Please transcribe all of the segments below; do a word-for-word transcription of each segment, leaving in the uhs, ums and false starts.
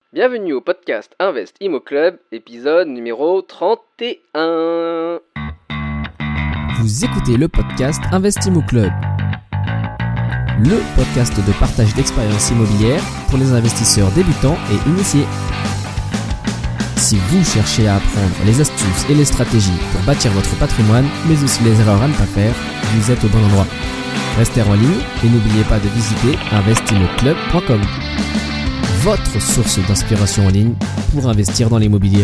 Bienvenue au podcast Invest Immo Club, épisode numéro trente et un. Vous écoutez le podcast Invest Immo Club, le podcast de partage d'expériences immobilières pour les investisseurs débutants et initiés. Si vous cherchez à apprendre les astuces et les stratégies pour bâtir votre patrimoine, mais aussi les erreurs à ne pas faire, vous êtes au bon endroit. Restez en ligne et n'oubliez pas de visiter invest immo club point com, votre source d'inspiration en ligne pour investir dans l'immobilier.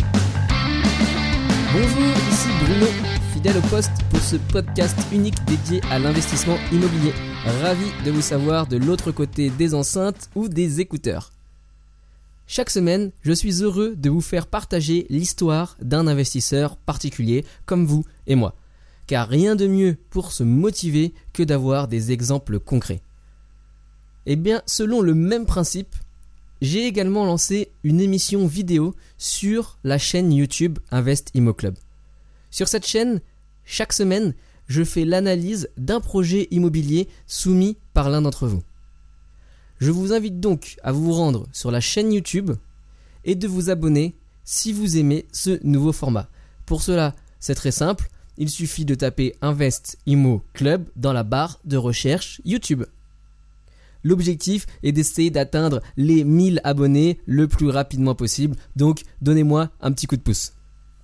Bonjour, ici Bruno, fidèle au poste pour ce podcast unique dédié à l'investissement immobilier. Ravi de vous savoir de l'autre côté des enceintes ou des écouteurs. Chaque semaine, je suis heureux de vous faire partager l'histoire d'un investisseur particulier comme vous et moi. Car rien de mieux pour se motiver que d'avoir des exemples concrets. Eh bien, selon le même principe, j'ai également lancé une émission vidéo sur la chaîne YouTube Invest Immo Club. Sur cette chaîne, chaque semaine, je fais l'analyse d'un projet immobilier soumis par l'un d'entre vous. Je vous invite donc à vous rendre sur la chaîne YouTube et de vous abonner si vous aimez ce nouveau format. Pour cela, c'est très simple, il suffit de taper Invest Immo Club dans la barre de recherche YouTube. L'objectif est d'essayer d'atteindre les mille abonnés le plus rapidement possible, donc donnez-moi un petit coup de pouce.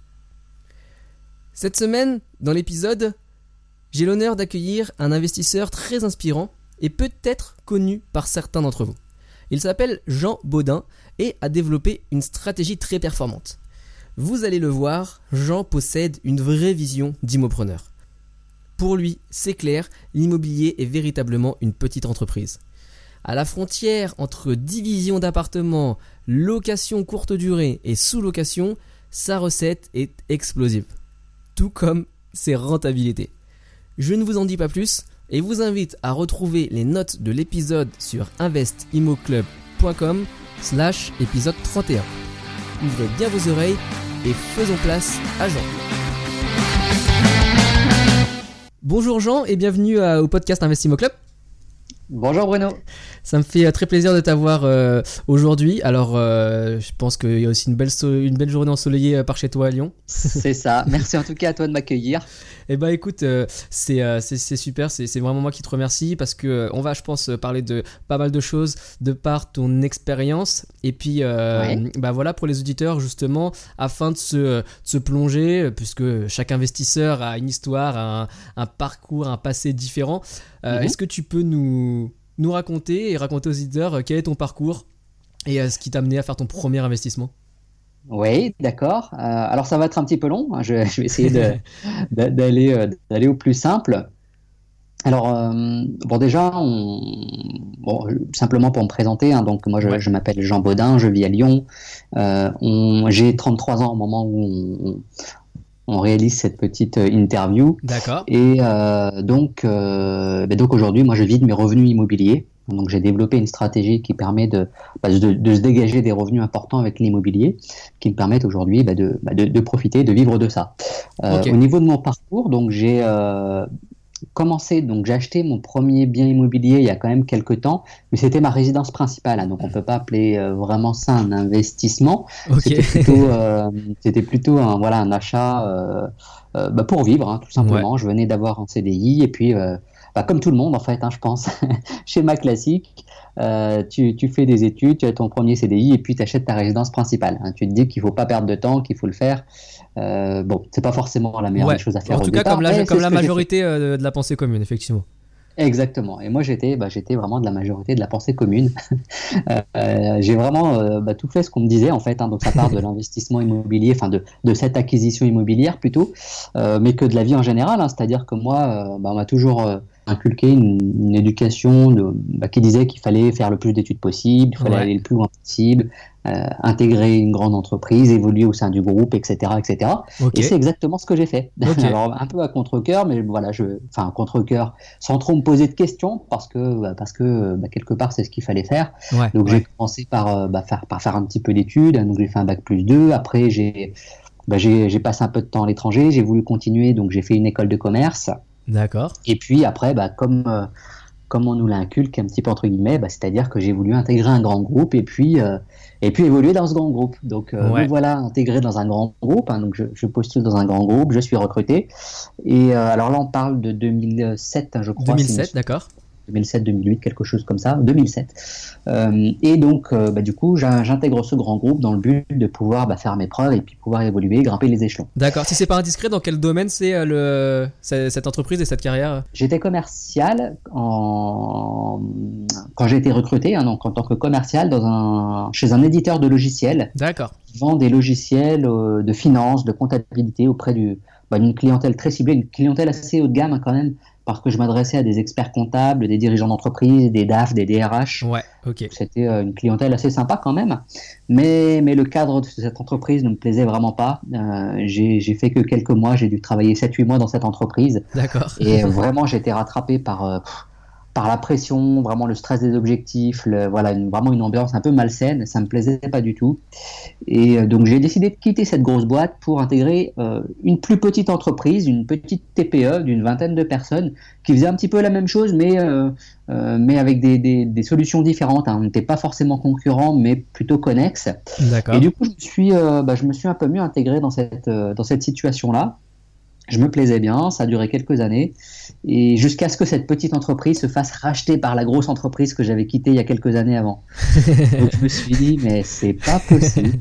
Cette semaine, dans l'épisode, j'ai l'honneur d'accueillir un investisseur très inspirant et peut-être connu par certains d'entre vous. Il s'appelle Jean Baudin et a développé une stratégie très performante. Vous allez le voir, Jean possède une vraie vision d'immopreneur. Pour lui, c'est clair, l'immobilier est véritablement une petite entreprise. À la frontière entre division d'appartements, location courte durée et sous-location, sa recette est explosive. Tout comme ses rentabilités. Je ne vous en dis pas plus et vous invite à retrouver les notes de l'épisode sur invest immo club point com slash épisode trente et un. Ouvrez bien vos oreilles et faisons place à Jean. Bonjour Jean et bienvenue à, au podcast Invest Immo Club. Bonjour Bruno. Ça me fait très plaisir de t'avoir euh, aujourd'hui. Alors, euh, je pense qu'il y a aussi une belle, so- une belle journée ensoleillée par chez toi à Lyon. C'est ça. Merci en tout cas à toi de m'accueillir. Eh ben, écoute, euh, c'est, euh, c'est, c'est super. C'est, c'est vraiment moi qui te remercie parce que euh, on va, je pense, parler de pas mal de choses de par ton expérience. Et puis, euh, ouais. bah voilà, pour les auditeurs justement, afin de se, de se plonger, puisque chaque investisseur a une histoire, un, un parcours, un passé différent. Euh, mm-hmm. Est-ce que tu peux nous nous raconter et raconter aux auditeurs euh, quel est ton parcours et euh, ce qui t'a amené à faire ton premier investissement? Oui, d'accord. Euh, alors ça va être un petit peu long. Hein. Je, je vais essayer de, de, d'aller, euh, d'aller au plus simple. Alors, euh, bon déjà, on, bon, simplement pour me présenter, hein, donc moi je, ouais. je m'appelle Jean Baudin, je vis à Lyon. Euh, on, j'ai trente-trois ans au moment où on, on réalise cette petite interview. D'accord. Et euh, donc, euh, ben donc aujourd'hui, moi je vis de mes revenus immobiliers. Donc j'ai développé une stratégie qui permet de, bah, de, de se dégager des revenus importants avec l'immobilier, qui me permettent aujourd'hui bah, de, bah, de, de profiter, de vivre de ça. Euh, okay. Au niveau de mon parcours, donc j'ai euh, commencé, donc j'ai acheté mon premier bien immobilier il y a quand même quelques temps, mais c'était ma résidence principale, hein, donc on peut pas appeler euh, vraiment ça un investissement. Okay. C'était plutôt, euh, c'était plutôt un, voilà, un achat euh, euh, bah, pour vivre, hein, tout simplement. Ouais. Je venais d'avoir un C D I et puis euh, bah, comme tout le monde en fait, hein, je pense, schéma classique, euh, tu, tu fais des études, tu as ton premier C D I et puis tu achètes ta résidence principale. Hein. Tu te dis qu'il faut pas perdre de temps, qu'il faut le faire. Euh, bon, c'est pas forcément la meilleure ouais. des choses à faire. En tout au cas, départ, comme la, comme la majorité euh, de la pensée commune, effectivement. Exactement. Et moi, j'étais, bah, j'étais vraiment de la majorité de la pensée commune. euh, j'ai vraiment euh, bah, tout fait ce qu'on me disait en fait. Hein, donc ça part de l'investissement immobilier, enfin de, de cette acquisition immobilière plutôt, euh, mais que de la vie en général. Hein, c'est-à-dire que moi, euh, bah, on m'a toujours euh, inculqué une, une éducation de, bah, qui disait qu'il fallait faire le plus d'études possible, il fallait ouais. aller le plus loin possible, euh, intégrer une grande entreprise, évoluer au sein du groupe, et cetera, et cetera. Okay. Et c'est exactement ce que j'ai fait. Okay. Alors un peu à contre-cœur, mais voilà, je, enfin contre-cœur, sans trop me poser de questions, parce que, bah, parce que bah, quelque part c'est ce qu'il fallait faire. Ouais, donc ouais. j'ai commencé par, bah, faire, par faire un petit peu d'études. Donc j'ai fait un bac plus deux. Après j'ai, bah, j'ai, j'ai passé un peu de temps à l'étranger. J'ai voulu continuer, donc j'ai fait une école de commerce. D'accord. Et puis après, bah, comme, euh, comme on nous l'inculque un petit peu entre guillemets, bah, c'est-à-dire que j'ai voulu intégrer un grand groupe et puis, euh, et puis évoluer dans ce grand groupe. Donc euh, Ouais. me voilà intégré dans un grand groupe, hein, donc je, je postule dans un grand groupe, je suis recruté. Et euh, alors là on parle de deux mille sept, hein, je crois. deux mille si sept, d'accord. deux mille sept, deux mille huit, quelque chose comme ça, deux mille sept. Euh, et donc, euh, bah, du coup, j'in- j'intègre ce grand groupe dans le but de pouvoir bah, faire mes preuves et puis pouvoir évoluer, grimper les échelons. D'accord. Si c'est pas indiscret, dans quel domaine c'est euh, le c'est- cette entreprise et cette carrière? J'étais commercial en... quand j'ai été recruté, hein, donc en tant que commercial dans un... chez un éditeur de logiciels D'accord. qui vend des logiciels euh, de finance, de comptabilité auprès du... bah, d'une clientèle très ciblée, une clientèle assez haut de gamme hein, quand même, parce que je m'adressais à des experts comptables, des dirigeants d'entreprise, des D A F, des D R H. Ouais, ok. C'était euh, une clientèle assez sympa quand même, mais, mais le cadre de cette entreprise ne me plaisait vraiment pas. Euh, j'ai, j'ai fait que quelques mois, j'ai dû travailler sept huit mois dans cette entreprise, D'accord. et euh, vraiment j'ai été rattrapé par, euh, pff, par la pression, vraiment le stress des objectifs, le, voilà, une, vraiment une ambiance un peu malsaine, ça me plaisait pas du tout. Et euh, donc j'ai décidé de quitter cette grosse boîte pour intégrer euh, une plus petite entreprise, une petite T P E d'une vingtaine de personnes qui faisait un petit peu la même chose, mais, euh, euh, mais avec des, des, des solutions différentes, hein. On n'était pas forcément concurrents, mais plutôt connexes. D'accord. Et du coup, je me suis, euh, bah, je me suis un peu mieux intégré dans cette, euh, dans cette situation-là. Je me plaisais bien, ça a duré quelques années, et jusqu'à ce que cette petite entreprise se fasse racheter par la grosse entreprise que j'avais quittée il y a quelques années avant. Donc je me suis dit, mais c'est pas possible.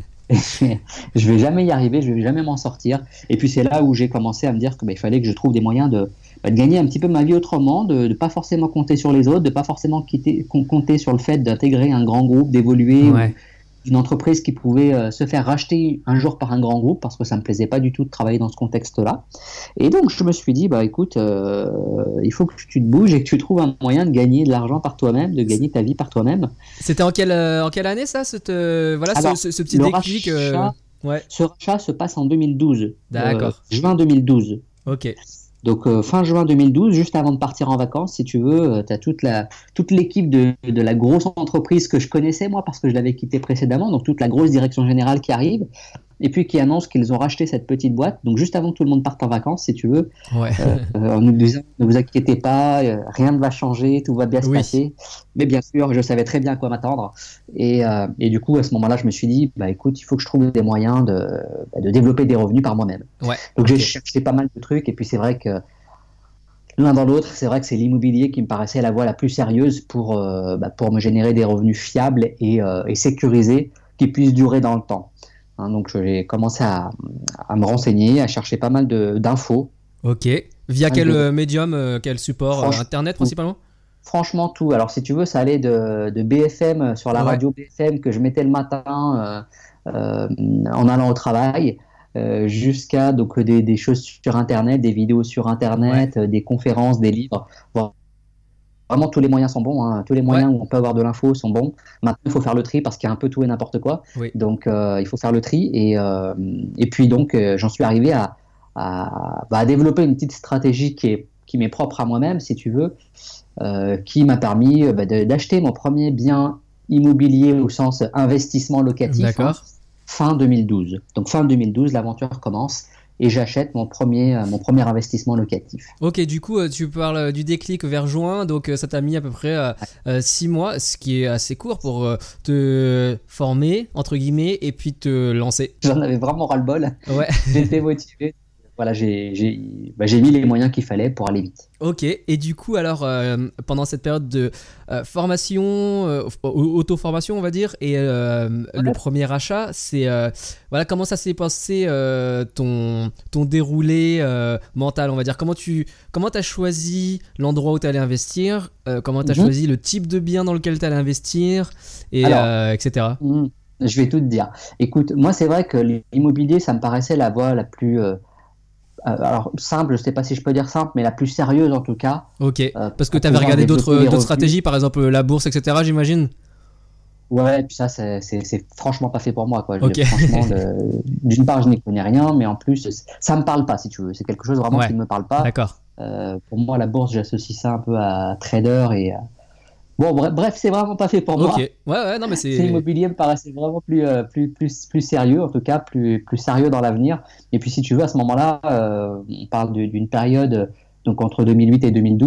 Je vais jamais y arriver, je vais jamais m'en sortir. Et puis c'est là où j'ai commencé à me dire que bah, il fallait que je trouve des moyens de, bah, de gagner un petit peu ma vie autrement, de ne pas forcément compter sur les autres, de pas forcément quitter, compter sur le fait d'intégrer un grand groupe, d'évoluer, Ouais. une entreprise qui pouvait euh, se faire racheter un jour par un grand groupe, parce que ça me plaisait pas du tout de travailler dans ce contexte-là. Et donc je me suis dit, bah écoute, euh, il faut que tu te bouges et que tu trouves un moyen de gagner de l'argent par toi-même, de gagner ta vie par toi-même. C'était en quelle, euh, en quelle année ça, cette, euh, voilà, ce- Alors, ce, ce petit le déclic euh, rachat- Ouais, Ce rachat se passe en deux mille douze, D'accord. euh, juin deux mille douze. ok. Donc euh, fin juin deux mille douze, juste avant de partir en vacances, si tu veux, tu as toute la toute l'équipe de, de la grosse entreprise que je connaissais moi parce que je l'avais quittée précédemment, donc toute la grosse direction générale qui arrive et puis qui annonce qu'ils ont racheté cette petite boîte. Donc juste avant que tout le monde parte en vacances, si tu veux, Ouais. euh, euh, en nous disant ne vous inquiétez pas, euh, rien ne va changer, tout va bien se Oui. passer. Mais bien sûr, je savais très bien à quoi m'attendre. Et, euh, et du coup, à ce moment-là, je me suis dit, bah écoute, il faut que je trouve des moyens de, bah, de développer des revenus par moi-même. Ouais. Donc ok. j'ai cherché pas mal de trucs et puis c'est vrai que l'un dans l'autre, c'est vrai que c'est l'immobilier qui me paraissait la voie la plus sérieuse pour, euh, bah, pour me générer des revenus fiables et, euh, et sécurisés qui puissent durer dans le temps. Hein, donc j'ai commencé à, à me renseigner, à chercher pas mal de, d'infos. Ok. Via Ah, quel je- euh, médium, euh, quel support, euh, Franch- internet principalement? Franchement, tout. Alors, si tu veux, ça allait de, de B F M sur la Ouais. radio B F M que je mettais le matin euh, euh, en allant au travail, euh, jusqu'à donc des, des choses sur Internet, des vidéos sur Internet, euh, des conférences, des livres. Bon, vraiment, tous les moyens sont bons. Hein. Tous les moyens où on peut avoir de l'info sont bons. Maintenant, il faut faire le tri parce qu'il y a un peu tout et n'importe quoi. Oui. Donc, euh, il faut faire le tri. Et, euh, et puis, donc, euh, j'en suis arrivé à, à, bah, à développer une petite stratégie qui est qui m'est propre à moi-même, si tu veux, euh, qui m'a permis euh, bah, de, d'acheter mon premier bien immobilier au sens investissement locatif, hein, D'accord. fin deux mille douze. Donc fin deux mille douze, l'aventure commence et j'achète mon premier, euh, mon premier investissement locatif. Ok, du coup, euh, tu parles euh, du déclic vers juin, donc euh, ça t'a mis à peu près six mois, ce qui est assez court pour euh, te former, entre guillemets, et puis te lancer. J'en avais vraiment ras-le-bol, Ouais. j'étais motivé. Voilà, j'ai, j'ai, bah, j'ai mis les moyens qu'il fallait pour aller vite. Ok, et du coup, alors, euh, pendant cette période de euh, formation, euh, auto-formation, on va dire, et euh, Ouais. le premier achat, c'est. Euh, voilà, comment ça s'est passé, euh, ton, ton déroulé euh, mental, on va dire. Comment tu comment as choisi l'endroit où tu allais investir, euh, comment tu as Mhm. choisi le type de bien dans lequel tu allais investir, et, Alors, euh, et cetera. Mmh. Je vais tout te dire. Écoute, moi, c'est vrai que l'immobilier, ça me paraissait la voie la plus, euh, euh, alors simple, je sais pas si je peux dire simple, mais la plus sérieuse en tout cas. Ok, euh, parce que pour tu avais pouvoir regardé d'autres, développer des d'autres revenus. stratégies, par exemple la bourse, et cetera, j'imagine. Ouais, et puis ça, c'est, c'est, c'est franchement pas fait pour moi, quoi. Je- Ok. Franchement, le- d'une part, je n'y connais rien, mais en plus, ça me parle pas, si tu veux. C'est quelque chose vraiment Ouais. qui ne me parle pas. D'accord. Euh, pour moi, la bourse, j'associe ça un peu à trader et à... Bon, bref, bref, c'est vraiment pas fait pour moi. Ok, ouais, ouais, non, mais C'est c'est. l'immobilier me paraissait vraiment plus, euh, plus, plus, plus sérieux, en tout cas, plus, plus sérieux dans l'avenir. Et puis, si tu veux, à ce moment-là, euh, on parle de- d'une période, donc entre deux mille huit et deux mille douze,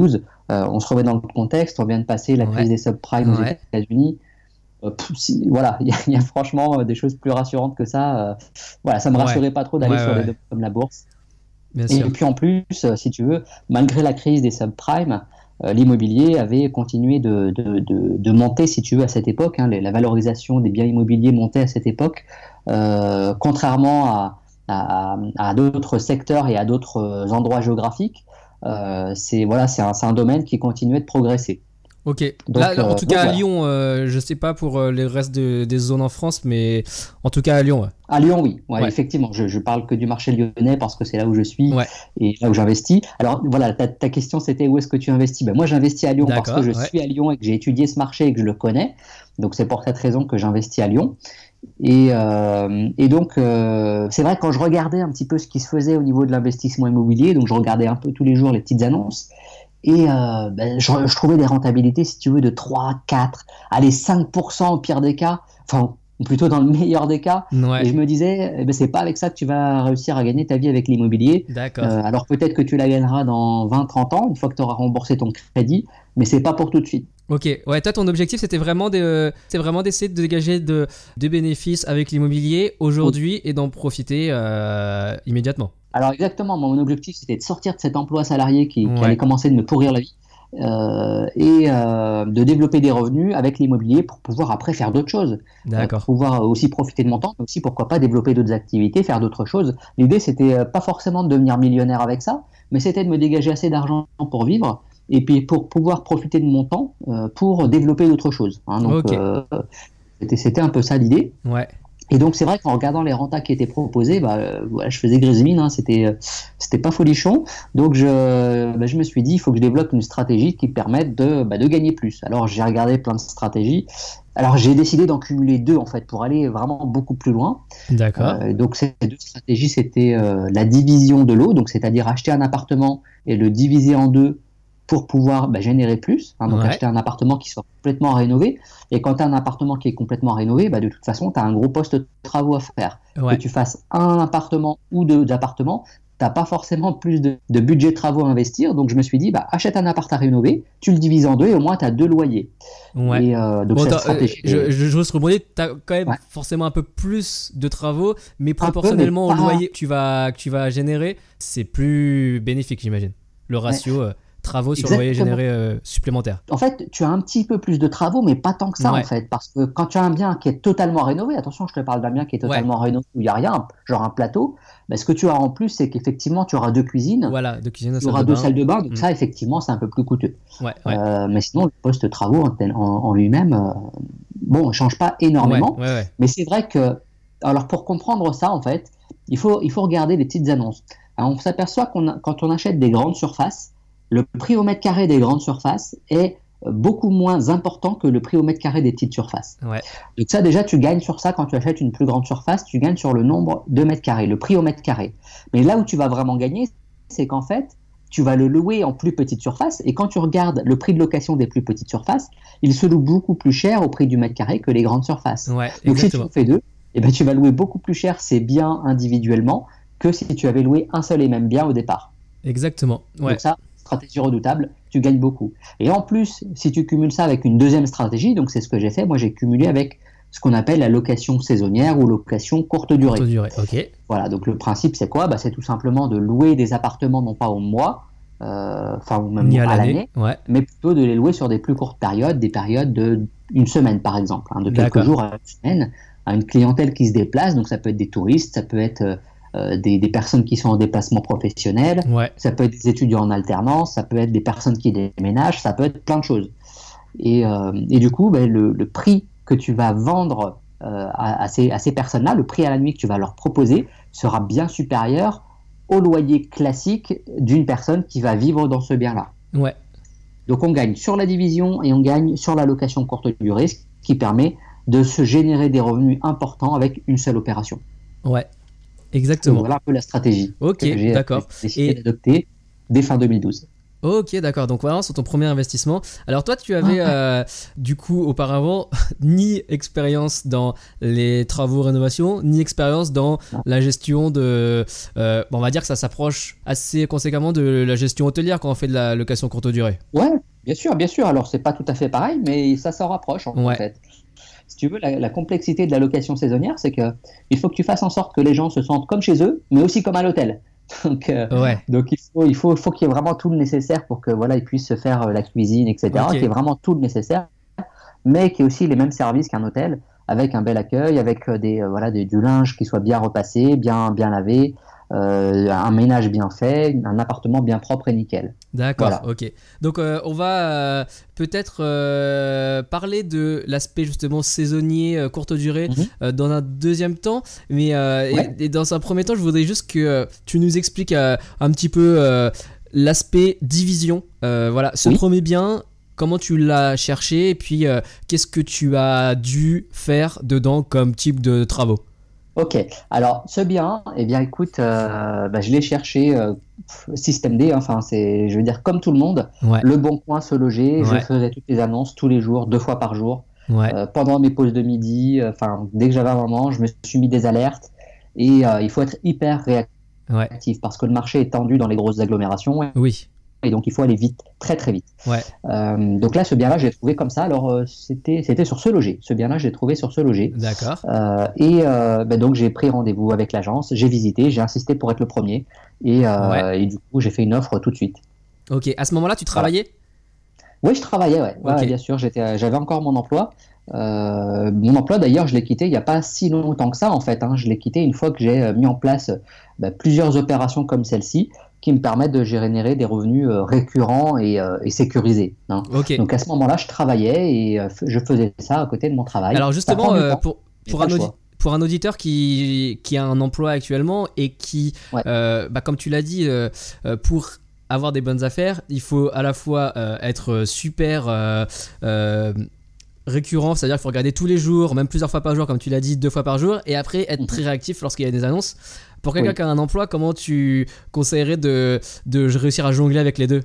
Euh, on se remet dans le contexte, on vient de passer la Ouais. crise des subprimes Ouais. aux États-Unis. Euh, pff, si- voilà, il y, a- il y a franchement euh, des choses plus rassurantes que ça. Euh, voilà, ça me Ouais. rassurait pas trop d'aller Ouais, sur ouais, des ouais. domaines comme la bourse. Bien Et sûr. puis en plus, euh, si tu veux, malgré la crise des subprimes, euh, l'immobilier avait continué de, de, de, de monter, si tu veux, à cette époque. Hein, les- la valorisation des biens immobiliers montait à cette époque, euh, contrairement à, à, à d'autres secteurs et à d'autres euh, endroits géographiques. Euh, c'est voilà, c'est un, c'est un domaine qui continuait de progresser. Ok. Donc, Là, là, en euh, tout donc cas à voilà. Lyon, euh, je sais pas pour euh, les restes de- des zones en France, mais en tout cas à Lyon, ouais. À Lyon, oui, ouais, Ouais. effectivement. Je, je parle que du marché lyonnais parce que c'est là où je suis Ouais. et là où j'investis. Alors voilà, ta, ta question c'était où est-ce que tu investis? Ben, moi j'investis à Lyon parce D'accord, que je ouais. suis à Lyon et que j'ai étudié ce marché et que je le connais. Donc c'est pour cette raison que j'investis à Lyon. Et, euh, et donc euh, c'est vrai que quand je regardais un petit peu ce qui se faisait au niveau de l'investissement immobilier, donc je regardais un peu tous les jours les petites annonces. Et euh, ben, je, je trouvais des rentabilités, si tu veux, de trois, quatre, allez, cinq pour cent au pire des cas, enfin plutôt dans le meilleur des cas. Ouais. Et je me disais, eh ben, c'est pas avec ça que tu vas réussir à gagner ta vie avec l'immobilier. D'accord. Euh, alors peut-être que tu la gagneras dans vingt, trente ans, une fois que tu auras remboursé ton crédit, mais c'est pas pour tout de suite. Ok, ouais, toi ton objectif c'était vraiment, de, c'est vraiment d'essayer de dégager de, de bénéfices avec l'immobilier aujourd'hui et d'en profiter euh, immédiatement. Alors exactement, mon objectif c'était de sortir de cet emploi salarié qui, qui Ouais. allait commencer de me pourrir la vie euh, et euh, de développer des revenus avec l'immobilier pour pouvoir après faire d'autres choses. Euh, D'accord. pour pouvoir aussi profiter de mon temps, mais aussi pourquoi pas développer d'autres activités, faire d'autres choses. L'idée c'était euh, pas forcément de devenir millionnaire avec ça, mais c'était de me dégager assez d'argent pour vivre et puis pour pouvoir profiter de mon temps euh, pour développer d'autres choses. Hein. Donc Ok. euh, c'était, c'était un peu ça l'idée. Ouais. Et donc c'est vrai qu'en regardant les rentas qui étaient proposés, bah, euh, voilà, je faisais grise mine, hein, c'était euh, c'était pas folichon. Donc je, bah, je me suis dit, il faut que je développe une stratégie qui permette de, bah, de gagner plus. Alors j'ai regardé plein de stratégies. Alors j'ai décidé d'en cumuler deux en fait pour aller vraiment beaucoup plus loin. D'accord. Euh, donc ces deux stratégies, c'était euh, la division de l'eau, donc c'est-à-dire acheter un appartement et le diviser en deux pour pouvoir bah, générer plus, hein, donc Ouais. acheter un appartement qui soit complètement rénové. Et quand tu as un appartement qui est complètement rénové, bah, de toute façon, tu as un gros poste de travaux à faire. Ouais. Que tu fasses un appartement ou deux appartements, tu n'as pas forcément plus de, de budget de travaux à investir. Donc je me suis dit, bah, achète un appart à rénover, tu le divises en deux et au moins tu as deux loyers. Ouais. Et, euh, donc Bon, cette attends, euh, stratégie, je, je, j'ose rebondir, t'as quand même Ouais. forcément un peu plus de travaux, mais peu, proportionnellement mais au pas- loyer que tu vas, que tu vas générer, c'est plus bénéfique, j'imagine. Le ratio euh, travaux sur loyer Exactement. généré euh, supplémentaire. En fait, tu as un petit peu plus de travaux, mais pas tant que ça Ouais. en fait, parce que quand tu as un bien qui est totalement rénové, attention, je te parle d'un bien qui est totalement rénové où il n'y a rien, genre un plateau, ben, ce que tu as en plus, c'est qu'effectivement, tu auras deux cuisines, Voilà, de cuisine à tu salle auras de deux bain. salles de bain, donc Mm. ça, effectivement, c'est un peu plus coûteux. Ouais, ouais. Euh, mais sinon, le poste travaux en, tel- en- en lui-même, euh, bon, ne change pas énormément, Ouais, ouais, ouais. mais c'est vrai que, alors pour comprendre ça, en fait, il faut, il faut regarder les petites annonces. Alors, on s'aperçoit qu'on a- quand on achète des grandes surfaces, le prix au mètre carré des grandes surfaces est beaucoup moins important que le prix au mètre carré des petites surfaces. Ouais. Donc ça, déjà, tu gagnes sur ça quand tu achètes une plus grande surface, tu gagnes sur le nombre de mètres carrés, le prix au mètre carré. Mais là où tu vas vraiment gagner, c'est qu'en fait, tu vas le louer en plus petite surface, et quand tu regardes le prix de location des plus petites surfaces, il se loue beaucoup plus cher au prix du mètre carré que les grandes surfaces. Ouais, Donc si tu exactement. en fais deux, eh ben, tu vas louer beaucoup plus cher ces biens individuellement que si tu avais loué un seul et même bien au départ. Exactement. Ouais. Donc ça, stratégie redoutable, tu gagnes beaucoup. Et en plus, si tu cumules ça avec une deuxième stratégie, donc c'est ce que j'ai fait, moi j'ai cumulé avec ce qu'on appelle la location saisonnière ou location courte durée. Courte durée. Ok. Voilà, donc le principe c'est quoi? Bah, c'est tout simplement de louer des appartements non pas au mois, euh, enfin ou même Ni à à l'année, l'année. Ouais. mais plutôt de les louer sur des plus courtes périodes, des périodes de une semaine par exemple, hein, de quelques D'accord. jours à une semaine, à une clientèle qui se déplace, donc ça peut être des touristes, ça peut être euh, euh, des, des personnes qui sont en déplacement professionnel, Ouais. ça peut être des étudiants en alternance, ça peut être des personnes qui déménagent, ça peut être plein de choses. Et, euh, et du coup, ben, le, le prix que tu vas vendre euh, à, à ces, à ces personnes-là, le prix à la nuit que tu vas leur proposer, sera bien supérieur au loyer classique d'une personne qui va vivre dans ce bien-là. Ouais. Donc on gagne sur la division et on gagne sur la location courte durée, ce qui permet de se générer des revenus importants avec une seule opération. Ouais. Donc Exactement. voilà un peu la stratégie Ok, que j'ai d'accord. décidé Et- d'adopter dès fin deux mille douze. Ok, d'accord. Donc vraiment sur ton premier investissement. Alors toi, tu avais euh, du coup auparavant ni expérience dans les travaux rénovation, ni expérience dans la gestion de. Euh, bon, on va dire que ça s'approche assez conséquemment de la gestion hôtelière quand on fait de la location courte durée. Ouais, bien sûr, bien sûr. Alors c'est pas tout à fait pareil, mais ça s'en rapproche en Ouais. fait. Si tu veux, la, la complexité de la location saisonnière, c'est que il faut que tu fasses en sorte que les gens se sentent comme chez eux, mais aussi comme à l'hôtel. Donc, euh, Ouais. donc il faut, il faut, faut qu'il y ait vraiment tout le nécessaire pour que voilà, ils puissent se faire euh, la cuisine, et cetera. Ok. Qu'il y ait vraiment tout le nécessaire, mais qu'il y ait aussi les mêmes services qu'un hôtel, avec un bel accueil, avec euh, des, euh, voilà, des, du linge qui soit bien repassé, bien, bien lavé, euh, un ménage bien fait, un appartement bien propre et nickel. D'accord, Voilà. ok. Donc euh, on va euh, peut-être euh, parler de l'aspect justement saisonnier, euh, courte durée, Mhm. euh, dans un deuxième temps. Mais euh, Ouais. et, et dans un premier temps, je voudrais juste que euh, tu nous expliques euh, un petit peu euh, l'aspect division. Euh, voilà, ce Oui. premier bien, comment tu l'as cherché et puis euh, qu'est-ce que tu as dû faire dedans comme type de travaux. Ok, alors ce bien, eh bien écoute, euh, bah, je l'ai cherché euh, système D, hein, enfin c'est, je veux dire comme tout le monde, Ouais, le bon coin se loger, je Ouais. faisais toutes les annonces tous les jours, deux fois par jour, ouais, euh, pendant mes pauses de midi, euh, enfin dès que j'avais un moment, je me suis mis des alertes et euh, il faut être hyper ouais, réactif parce que le marché est tendu dans les grosses agglomérations oui, et donc il faut aller vite, très très vite. ouais, Euh, donc là, ce bien-là, je l'ai trouvé comme ça. Alors euh, c'était, c'était sur Ce Loger. Ce bien-là, je l'ai trouvé sur Ce Loger. d'accord. Euh, et euh, ben donc j'ai pris rendez-vous avec l'agence, j'ai visité, j'ai insisté pour être le premier et, euh, Ouais. et du coup j'ai fait une offre tout de suite. Ok, à ce moment-là, tu travaillais? Oui, je travaillais, ouais, ouais, Ok. ouais, bien sûr, j'étais, j'avais encore mon emploi. Euh, mon emploi d'ailleurs, je l'ai quitté il n'y a pas si longtemps que ça en fait. Hein. Je l'ai quitté une fois que j'ai euh, mis en place euh, ben, plusieurs opérations comme celle-ci qui me permettent de générer des revenus euh, récurrents et, euh, et sécurisés. Hein. Ok. Donc à ce moment-là, je travaillais et euh, je faisais ça à côté de mon travail. Alors Ça justement, prend du euh, temps, pour, j'ai pour, pas un le audi- choix. pour un auditeur qui, qui a un emploi actuellement et qui, Ouais. euh, bah, comme tu l'as dit, euh, euh, pour avoir des bonnes affaires, il faut à la fois euh, être super euh, euh, récurrent, c'est-à-dire qu'il faut regarder tous les jours, même plusieurs fois par jour, comme tu l'as dit, deux fois par jour, et après être Mhm. très réactif lorsqu'il y a des annonces. Pour quelqu'un Oui. qui a un emploi, comment tu conseillerais de, de réussir à jongler avec les deux?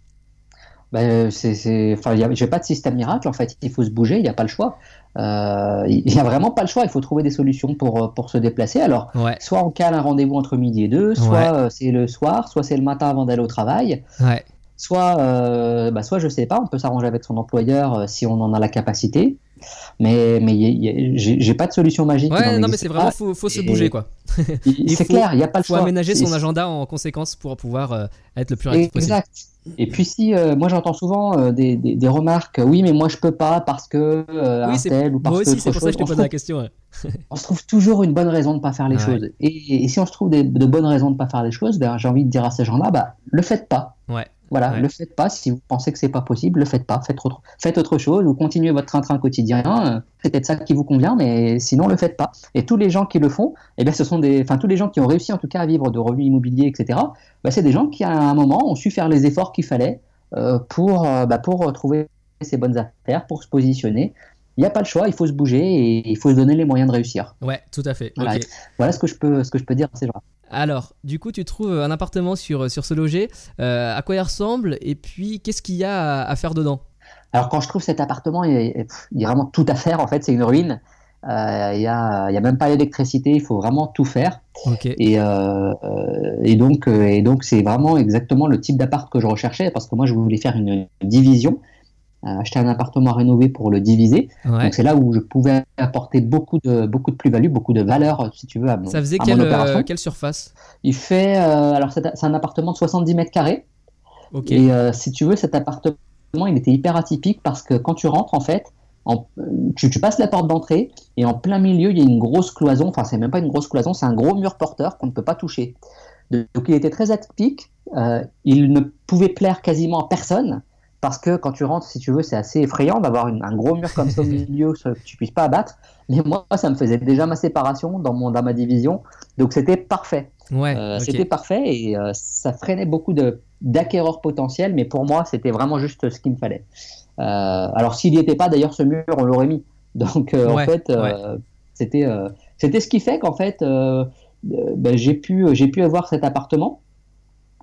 Ben, c'est, c'est, enfin, il y a, j'ai pas de système miracle en fait. Il faut se bouger, il n'y a pas le choix. Euh, il n'y a vraiment pas le choix. Il faut trouver des solutions pour euh, pour se déplacer. Alors, Ouais, soit on cale un rendez-vous entre midi et deux, soit Ouais. euh, c'est le soir, soit c'est le matin avant d'aller au travail, ouais, soit, euh, bah, soit je sais pas. On peut s'arranger avec son employeur euh, si on en a la capacité. Mais mais il y a- il y a- j'ai, j'ai pas de solution magique. Il ouais. en Non, mais existe c'est vraiment pas. faut, faut se Et- bouger quoi. Il- Il c'est faut- clair, il n'y a pas le faut choix. aménager C'est- son agenda en conséquence pour pouvoir euh, être le plus réactif possible. Exact. Et puis si, euh, moi j'entends souvent euh, des, des, des remarques, oui mais moi je peux pas parce que euh, Oui, un c'est tel ou parce moi que aussi, c'est autre pour ça que chose. je te On se pose la trouve, question. Ouais. on se trouve toujours une bonne raison de pas faire les Ouais. choses. Et, et si on se trouve des, de bonnes raisons de pas faire les choses, ben, j'ai envie de dire à ces gens-là, bah le faites pas. Ouais. Voilà, Ouais. le faites pas. Si vous pensez que c'est pas possible, le faites pas. Faites autre, faites autre chose ou continuez votre train-train quotidien. Euh, C'est peut-être ça qui vous convient, mais sinon le faites pas. Et tous les gens qui le font, eh ben ce sont des, enfin tous les gens qui ont réussi en tout cas à vivre de revenus immobiliers, et cetera. Ben, c'est des gens qui à un moment ont su faire les efforts qu'il fallait euh, pour, euh, bah, pour trouver ces bonnes affaires, pour se positionner. Il n'y a pas le choix, il faut se bouger et il faut se donner les moyens de réussir. Ouais, tout à fait. Voilà, Ok. voilà ce que je peux, ce que je peux dire à ces gens. Alors, du coup, tu trouves un appartement sur, sur Ce Loger. Euh, à quoi il ressemble et puis qu'est-ce qu'il y a à, à faire dedans? Alors quand je trouve cet appartement, il y a, il y a vraiment tout à faire. En fait, c'est une ruine. Euh, il y a, il y a même pas l'électricité. Il faut vraiment tout faire. Ok. Et, euh, euh, et donc, euh, et donc c'est vraiment exactement le type d'appart que je recherchais parce que moi, je voulais faire une division, euh, acheter un appartement à rénover pour le diviser. Ouais. Donc c'est là où je pouvais apporter beaucoup de beaucoup de plus-value, beaucoup de valeur, si tu veux, à mon, Ça faisait à quelle, mon opération. euh, quelle surface? Il fait, euh, alors c'est c'est un appartement de soixante-dix mètres carrés. Ok. Et euh, si tu veux, cet appartement, il était hyper atypique parce que quand tu rentres, en fait, en, tu, tu passes la porte d'entrée et en plein milieu, il y a une grosse cloison. Enfin, c'est même pas une grosse cloison, c'est un gros mur porteur qu'on ne peut pas toucher. Donc, il était très atypique. Euh, il ne pouvait plaire quasiment à personne parce que quand tu rentres, si tu veux, c'est assez effrayant d'avoir une, un gros mur comme ça au milieu que tu puisses pas abattre. Mais moi, ça me faisait déjà ma séparation dans, mon, dans ma division. Donc, c'était parfait. Ouais. Euh, ok. C'était parfait et euh, ça freinait beaucoup de, d'acquéreurs potentiels, mais pour moi, c'était vraiment juste ce qu'il me fallait. Euh, alors, s'il n'y était pas, d'ailleurs, ce mur, on l'aurait mis. Donc, euh, Ouais, en fait, euh, c'était, euh, c'était ce qui fait qu'en fait, euh, euh, ben, j'ai pu, j'ai pu avoir cet appartement.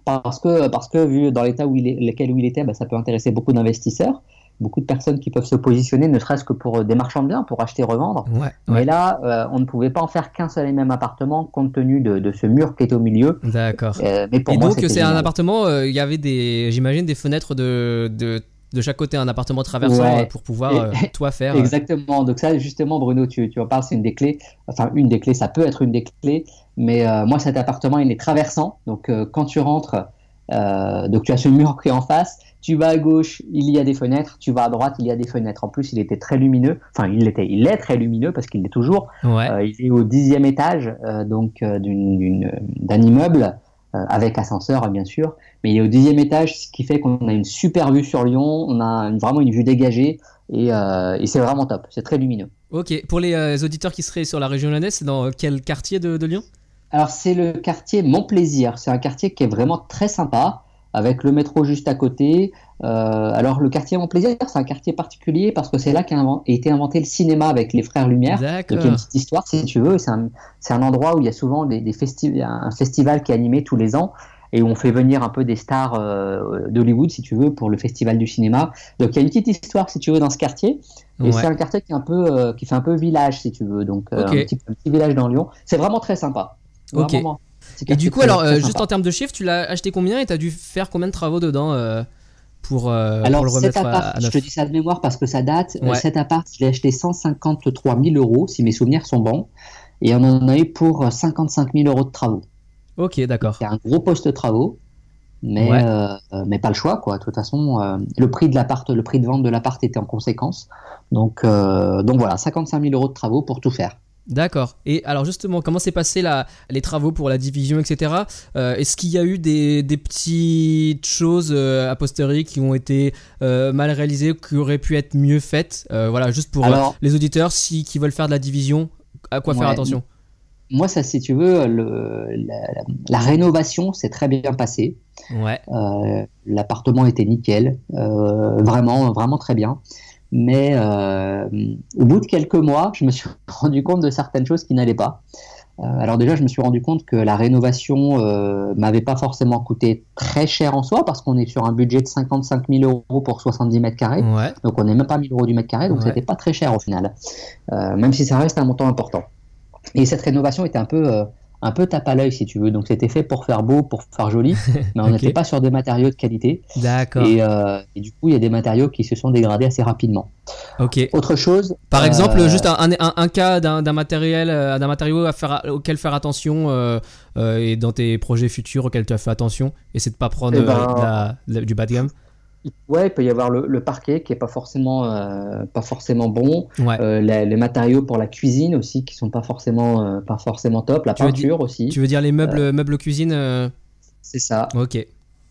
parce que, parce que vu dans l'état où il est, lequel où il était, bah, ça peut intéresser beaucoup d'investisseurs, beaucoup de personnes qui peuvent se positionner, ne serait-ce que pour des marchands de biens, pour acheter, revendre. Ouais, ouais. Mais là, euh, on ne pouvait pas en faire qu'un seul et même appartement compte tenu de, de ce mur qui est au milieu. D'accord. Euh, mais pour et moi, donc, c'était c'est génial. un appartement, il euh, y avait des, j'imagine, des fenêtres de, de, de chaque côté, un appartement traversant Ouais. euh, pour pouvoir Et- euh, toi faire. euh, Exactement. Donc ça, justement, Bruno, tu, tu en parles, c'est une des clés. Enfin, une des clés, ça peut être une des clés. Mais euh, moi, cet appartement, il est traversant. Donc, euh, quand tu rentres, euh, donc tu as ce mur qui est en face. Tu vas à gauche, il y a des fenêtres. Tu vas à droite, il y a des fenêtres. En plus, il était très lumineux. Enfin, il était, il est très lumineux parce qu'il l'est toujours. Ouais. Euh, il est au dixième étage, euh, donc euh, d'une, d'une, d'un immeuble euh, avec ascenseur, bien sûr. Mais il est au dixième étage, ce qui fait qu'on a une super vue sur Lyon. On a une- vraiment une vue dégagée. Et, euh, et c'est vraiment top, c'est très lumineux. Ok. Pour les euh, auditeurs qui seraient sur la région lyonnaise, c'est dans quel quartier de, de Lyon? Alors c'est le quartier Montplaisir, c'est un quartier qui est vraiment très sympa, avec le métro juste à côté. Euh, alors le quartier Montplaisir, c'est un quartier particulier parce que c'est là qu'a inven- été inventé le cinéma avec les frères Lumière. D'accord. Donc il y a une petite histoire si tu veux, c'est un, c'est un endroit où il y a souvent des, des festi- un festival qui est animé tous les ans. Et où on fait venir un peu des stars euh, d'Hollywood, si tu veux, pour le festival du cinéma. Donc il y a une petite histoire, si tu veux, dans ce quartier. Et Ouais. c'est un quartier qui, est un peu, euh, qui fait un peu village, si tu veux. Donc euh, Ok. un, petit, un petit village dans Lyon. C'est vraiment très sympa. Ok. Vraiment, petit Et quartier du coup, très- alors, très euh, sympa. juste en termes de chiffres, tu l'as acheté combien et t'as dû faire combien de travaux dedans euh, pour, euh, Alors pour le cet remettre à, appart, à je neuf? te dis ça de mémoire parce que ça date. Euh, Ouais. Cet appart, je l'ai acheté cent cinquante-trois mille euros, si mes souvenirs sont bons. Et on en a eu pour cinquante-cinq mille euros de travaux. Ok, d'accord. C'est un gros poste de travaux. Mais, Ouais. euh, mais pas le choix, quoi. De toute façon, euh, le prix de l'appart, le prix de vente de l'appart était en conséquence. Donc, euh, donc voilà, cinquante-cinq mille euros de travaux pour tout faire. D'accord. Et alors justement, comment s'est passé la, les travaux pour la division, et cetera. Euh, est-ce qu'il y a eu des, des petites choses euh, a posteriori qui ont été euh, mal réalisées, qui auraient pu être mieux faites? Euh, Voilà, juste pour Alors- euh, les auditeurs si, qui veulent faire de la division, à quoi faire Ouais. attention? Moi, ça, si tu veux, le, la, la rénovation s'est très bien passée. Ouais. Euh, l'appartement était nickel, euh, vraiment, vraiment très bien. Mais euh, au bout de quelques mois, je me suis rendu compte de certaines choses qui n'allaient pas. Euh, alors déjà, je me suis rendu compte que la rénovation euh, m'avait pas forcément coûté très cher en soi, parce qu'on est sur un budget de cinquante-cinq mille euros pour soixante-dix mètres carrés. Ouais. Donc on n'est même pas mille euros du mètre carré, donc Ouais. c'était pas très cher au final, euh, même si ça reste un montant important. Et cette rénovation était un peu, euh, un peu tape à l'œil, si tu veux. Donc c'était fait pour faire beau, pour faire joli, mais on Ok. n'était pas sur des matériaux de qualité. D'accord. Et, euh, et du coup, il y a des matériaux qui se sont dégradés assez rapidement. Ok. Autre chose. Par euh, exemple, juste un, un, un cas d'un, d'un matériel, euh, d'un matériau à faire, auquel faire attention euh, euh, et dans tes projets futurs auxquels tu as fait attention, et c'est de pas prendre Eh euh, ben, de la- de la- du bas de gamme. Ouais, il peut y avoir le, le parquet qui est pas forcément, euh, pas forcément bon. Ouais. Euh, les, les matériaux pour la cuisine aussi qui sont pas forcément, euh, pas forcément top. La Tu veux peinture aussi. Tu veux dire les meubles, meubles cuisine euh, C'est ça. Ok.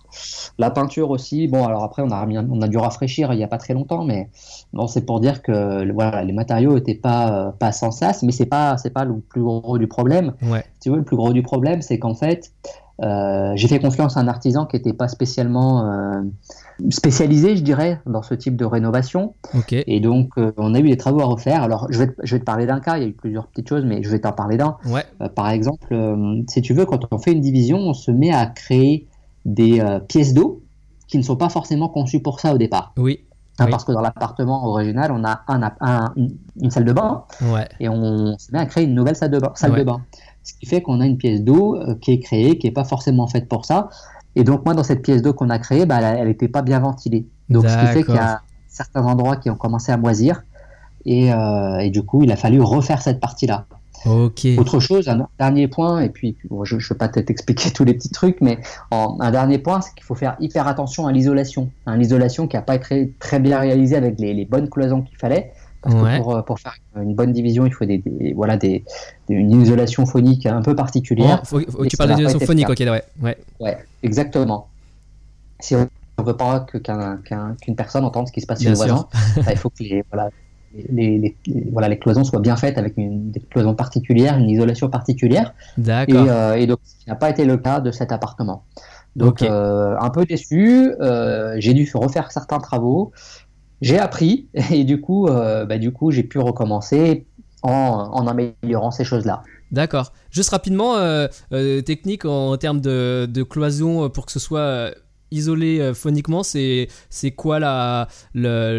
La peinture aussi, bon alors après on a, remis un- on a dû rafraîchir il n'y a pas très longtemps, mais bon, c'est pour dire que le- voilà, les matériaux n'étaient pas, euh, pas sans sas, mais c'est pas, c'est pas le plus gros du problème. Ouais. Si tu veux, le plus gros du problème, c'est qu'en fait, euh, j'ai fait confiance à un artisan qui n'était pas spécialement euh, spécialisé, je dirais, dans ce type de rénovation. Ok. Et donc, euh, on a eu des travaux à refaire. Alors, je vais, te- je vais te parler d'un cas, il y a eu plusieurs petites choses, mais je vais t'en parler d'un. Ouais. Euh, par exemple, euh, si tu veux, quand on fait une division, on se met à créer des euh, pièces d'eau qui ne sont pas forcément conçues pour ça au départ. Oui. Hein, Oui. Parce que dans l'appartement original, on a un, un- une, une salle de bain Ouais. et on se met à créer une nouvelle salle de bain. Salle Ouais. de bain. Ce qui fait qu'on a une pièce d'eau euh, qui est créée, qui n'est pas forcément faite pour ça. Et donc, moi, dans cette pièce d'eau qu'on a créée, bah, elle n'était pas bien ventilée. Donc, ce qui fait qu'il y D'accord. a certains endroits qui ont commencé à moisir. Et, euh, et du coup, il a fallu refaire cette partie-là. Ok. Autre chose, un dernier point, et puis bon, je ne vais pas t'expliquer tous les petits trucs, mais en, un dernier point, c'est qu'il faut faire hyper attention à l'isolation. Hein, l'isolation qui n'a pas été très, très bien réalisée avec les, les bonnes cloisons qu'il fallait. Parce Ouais. que pour, pour faire une bonne division, il faut des, des- voilà, des, des- une isolation phonique un peu particulière. Oh, faut, faut que Et tu ça parles n'a pas d'isolation été phonique, le ok, ouais. Ouais. Ouais, exactement. Si on ne veut pas que, qu'un, qu'un- qu'une personne entende ce qui se passe chez Bien le sûr. voisin, bah, il faut que les, voilà, les, les- les- voilà, les cloisons soient bien faites avec une, des cloisons particulières, une isolation particulière. Et, D'accord. euh, et donc, ce qui n'a pas été le cas de cet appartement. Donc, Ok. euh, un peu déçu, euh, j'ai dû refaire certains travaux, j'ai appris, et du coup, euh, bah, du coup j'ai pu recommencer. en, en améliorant ces choses-là. D'accord. Juste rapidement, euh, euh, technique en, en termes de, de cloison pour que ce soit euh, isolé euh, phoniquement, c'est, c'est quoi la, le,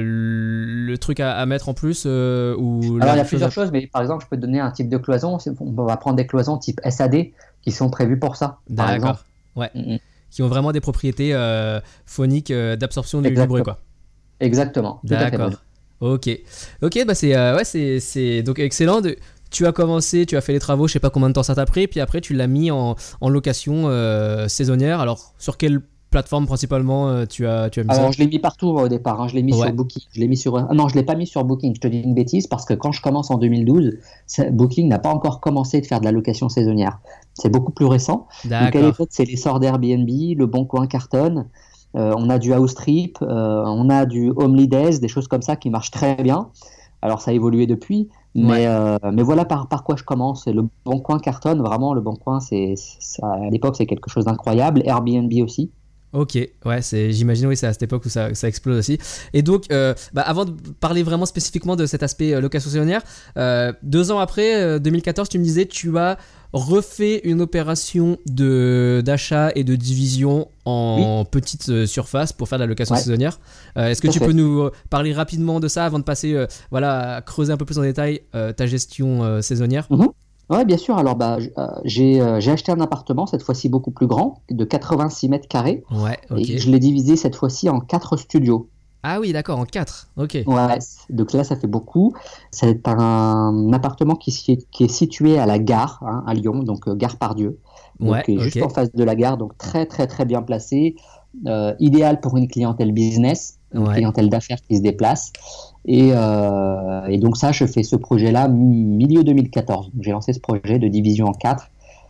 le truc à, à mettre en plus euh, ou Alors il y a chose plusieurs à... choses, mais par exemple, je peux te donner un type de cloison. On va prendre des cloisons type S A D qui sont prévues pour ça, par D'accord. exemple. Ouais. Mm-hmm. Qui ont vraiment des propriétés euh, phoniques euh, d'absorption du, du bruit, quoi. Exactement. Tout D'accord. À fait. Ok. Ok, bah c'est euh, ouais, c'est c'est donc excellent. De... Tu as commencé, tu as fait les travaux, je sais pas combien de temps ça t'a pris, puis après tu l'as mis en, en location euh, saisonnière. Alors sur quelle plateforme principalement euh, tu as tu as mis Alors ça? je l'ai mis partout moi, au départ. Hein. Je l'ai mis Ouais. sur Booking. Je l'ai mis sur. Ah, non, je l'ai pas mis sur Booking. Je te dis une bêtise parce que quand je commence en deux mille douze, Booking n'a pas encore commencé de faire de la location saisonnière. C'est beaucoup plus récent. D'accord. Donc à l'époque, c'est l'essor d'Airbnb, le Bon Coin cartonne. Euh, on a du Housetrip, euh, on a du Homelidays, des choses comme ça qui marchent très bien. Alors ça a évolué depuis, mais, Ouais. euh, mais voilà par, par quoi je commence. Le Bon Coin cartonne, vraiment, le Bon Coin, c'est, ça, à l'époque, c'est quelque chose d'incroyable. Airbnb aussi. Ok, ouais, c'est, j'imagine, oui, c'est à cette époque où ça, ça explose aussi. Et donc, euh, bah, avant de parler vraiment spécifiquement de cet aspect euh, location saisonnière, euh, deux ans après, euh, deux mille quatorze, tu me disais, tu as refait une opération de, d'achat et de division en oui. petite euh, surface pour faire de la location ouais. saisonnière. Euh, est-ce que Tout tu peux nous parler rapidement de ça avant de passer, euh, voilà, à creuser un peu plus en détail euh, ta gestion euh, saisonnière? mm-hmm. Oui, bien sûr. Alors, bah, j'ai, euh, j'ai acheté un appartement, cette fois-ci beaucoup plus grand, de quatre-vingt-six mètres carrés. Ouais, ok. Et je l'ai divisé cette fois-ci en quatre studios. Ah oui, d'accord, en quatre. Ok. Ouais, donc là, ça fait beaucoup. C'est un appartement qui, qui est situé à la gare, hein, à Lyon, donc euh, gare Pardieu. Donc, ouais, okay. juste en face de la gare, donc très, très, très bien placé. Euh, idéal pour une clientèle business, une ouais. clientèle d'affaires qui se déplace. Et, euh, et donc ça, je fais ce projet-là milieu deux mille quatorze. J'ai lancé ce projet de division en quatre.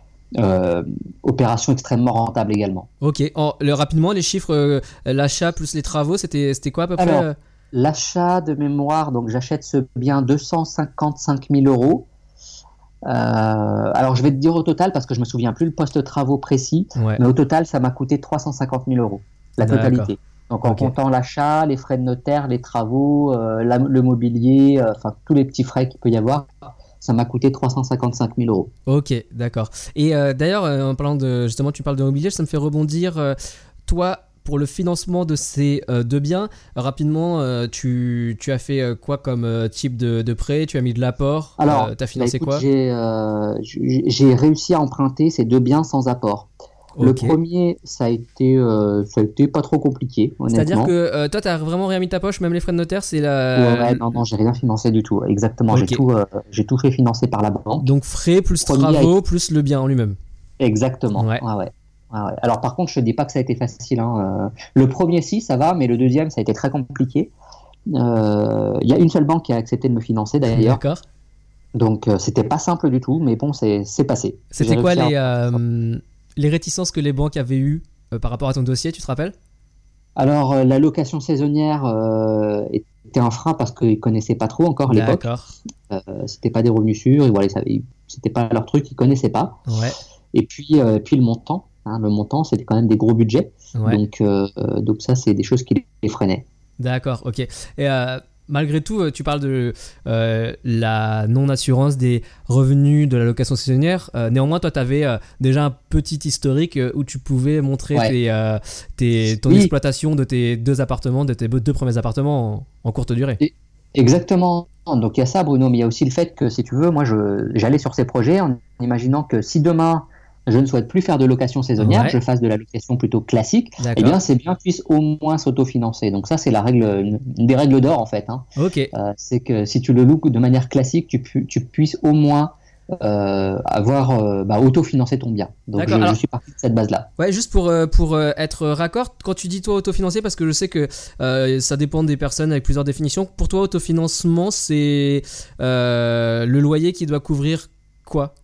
Euh, opération extrêmement rentable également. Ok, oh, le, rapidement, les chiffres, euh, l'achat plus les travaux, c'était, c'était quoi à peu Alors, près? L'achat de mémoire, donc j'achète ce bien deux cent cinquante-cinq mille euros. Euh, alors je vais te dire au total parce que je me souviens plus le poste travaux précis, ouais. mais au total ça m'a coûté trois cent cinquante mille euros, la D'accord. totalité. Donc en okay. comptant l'achat, les frais de notaire, les travaux, euh, la, le mobilier, enfin euh, tous les petits frais qu'il peut y avoir, ça m'a coûté trois cent cinquante-cinq mille euros. Ok, d'accord. Et euh, d'ailleurs, euh, en parlant de, justement, tu parles de mobilier, ça me fait rebondir. Euh, toi, pour le financement de ces euh, deux biens, rapidement, euh, tu, tu as fait euh, quoi comme euh, type de, de prêt? Tu as mis de l'apport? Alors, euh, tu as financé bah, écoute, quoi? j'ai, euh, j'ai réussi à emprunter ces deux biens sans apport. Okay. Le premier, ça a été, euh, ça a été pas trop compliqué, honnêtement. C'est-à-dire que euh, toi, t'as vraiment rien mis de ta poche, même les frais de notaire, c'est la. Ouais, ouais non, non, j'ai rien financé du tout. Exactement, okay. j'ai tout, euh, j'ai tout fait financer par la banque. Donc frais plus travaux avec... plus le bien en lui-même. Exactement. Ouais. Ouais, ouais. Ouais, ouais. Alors par contre, je te dis pas que ça a été facile. Hein. Le premier, si, ça va, mais le deuxième, ça a été très compliqué. Il euh, y a une seule banque qui a accepté de me financer d'ailleurs. D'accord. Donc euh, c'était pas simple du tout, mais bon, c'est, c'est passé. C'était quoi les. À... Euh... Les réticences que les banques avaient eues euh, par rapport à ton dossier, tu te rappelles? Alors, euh, la location saisonnière euh, était un frein parce qu'ils ne connaissaient pas trop encore à l'époque. D'accord. Euh, c'était pas des revenus sûrs, et voilà, ça, c'était pas leur truc, ils ne connaissaient pas. Ouais. Et puis, euh, puis le montant, hein, le montant, c'était quand même des gros budgets. Ouais. Donc, euh, donc ça, c'est des choses qui les freinaient. D'accord, ok. Et euh, malgré tout, tu parles de euh, la non-assurance des revenus de la location saisonnière. Euh, néanmoins, toi, tu avais euh, déjà un petit historique euh, où tu pouvais montrer ouais. tes, euh, tes, ton oui. exploitation de tes deux appartements, de tes deux premiers appartements en, en courte durée. Et exactement. Donc, il y a ça, Bruno, mais il y a aussi le fait que, si tu veux, moi, je, j'allais sur ces projets en imaginant que si demain, je ne souhaite plus faire de location saisonnière, ouais. je fasse de la location plutôt classique, D'accord. eh bien, ces biens puissent au moins s'autofinancer. Donc ça, c'est la règle, une des règles d'or, en fait. Hein. Okay. Euh, c'est que si tu le loues de manière classique, tu, pu, tu puisses au moins euh, avoir euh, bah, autofinancer ton bien. Donc je, Alors, je suis parti de cette base-là. Ouais, juste pour, euh, pour euh, être raccord, quand tu dis toi autofinancer, parce que je sais que euh, ça dépend des personnes avec plusieurs définitions, pour toi, autofinancement, c'est euh, le loyer qui doit couvrir quoi?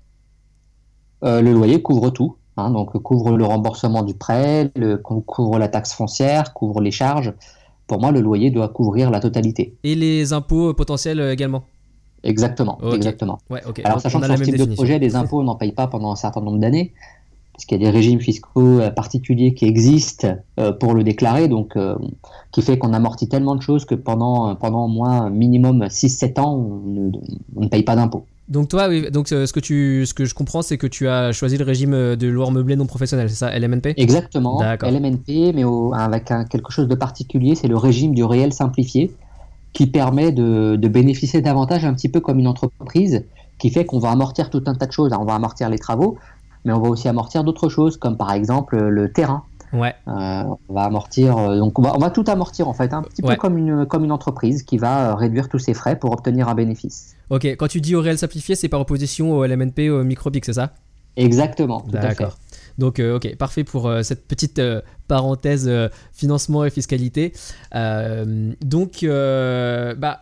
Euh, le loyer couvre tout, hein, donc couvre le remboursement du prêt, le, couvre la taxe foncière, couvre les charges. Pour moi, le loyer doit couvrir la totalité. Et les impôts potentiels également? Exactement, okay. exactement. Ouais, okay. Alors, donc, sachant que sur ce type de projet, les impôts, on n'en paye pas pendant un certain nombre d'années. parce qu'il y a des régimes fiscaux euh, particuliers qui existent euh, pour le déclarer, donc euh, qui fait qu'on amortit tellement de choses que pendant, pendant au moins minimum six sept ans, on ne, on ne paye pas d'impôts. Donc toi, oui, donc euh, ce que tu, ce que je comprends, c'est que tu as choisi le régime de loueur meublé non professionnel, c'est ça, L M N P ? Exactement, D'accord. L M N P, mais au, avec un, quelque chose de particulier, c'est le régime du réel simplifié, qui permet de, de bénéficier davantage un petit peu comme une entreprise, qui fait qu'on va amortir tout un tas de choses. Alors, on va amortir les travaux, mais on va aussi amortir d'autres choses, comme par exemple le terrain. Ouais. Euh, on va amortir, donc on va, on va tout amortir en fait, un petit Ouais. peu comme une, comme une entreprise qui va réduire tous ses frais pour obtenir un bénéfice. Ok, quand tu dis au réel simplifié, c'est par opposition au L M N P, au microbic, c'est ça ? Exactement, tout à fait. D'accord. Donc, euh, ok, parfait pour euh, cette petite euh, parenthèse euh, financement et fiscalité. Euh, donc, euh, bah,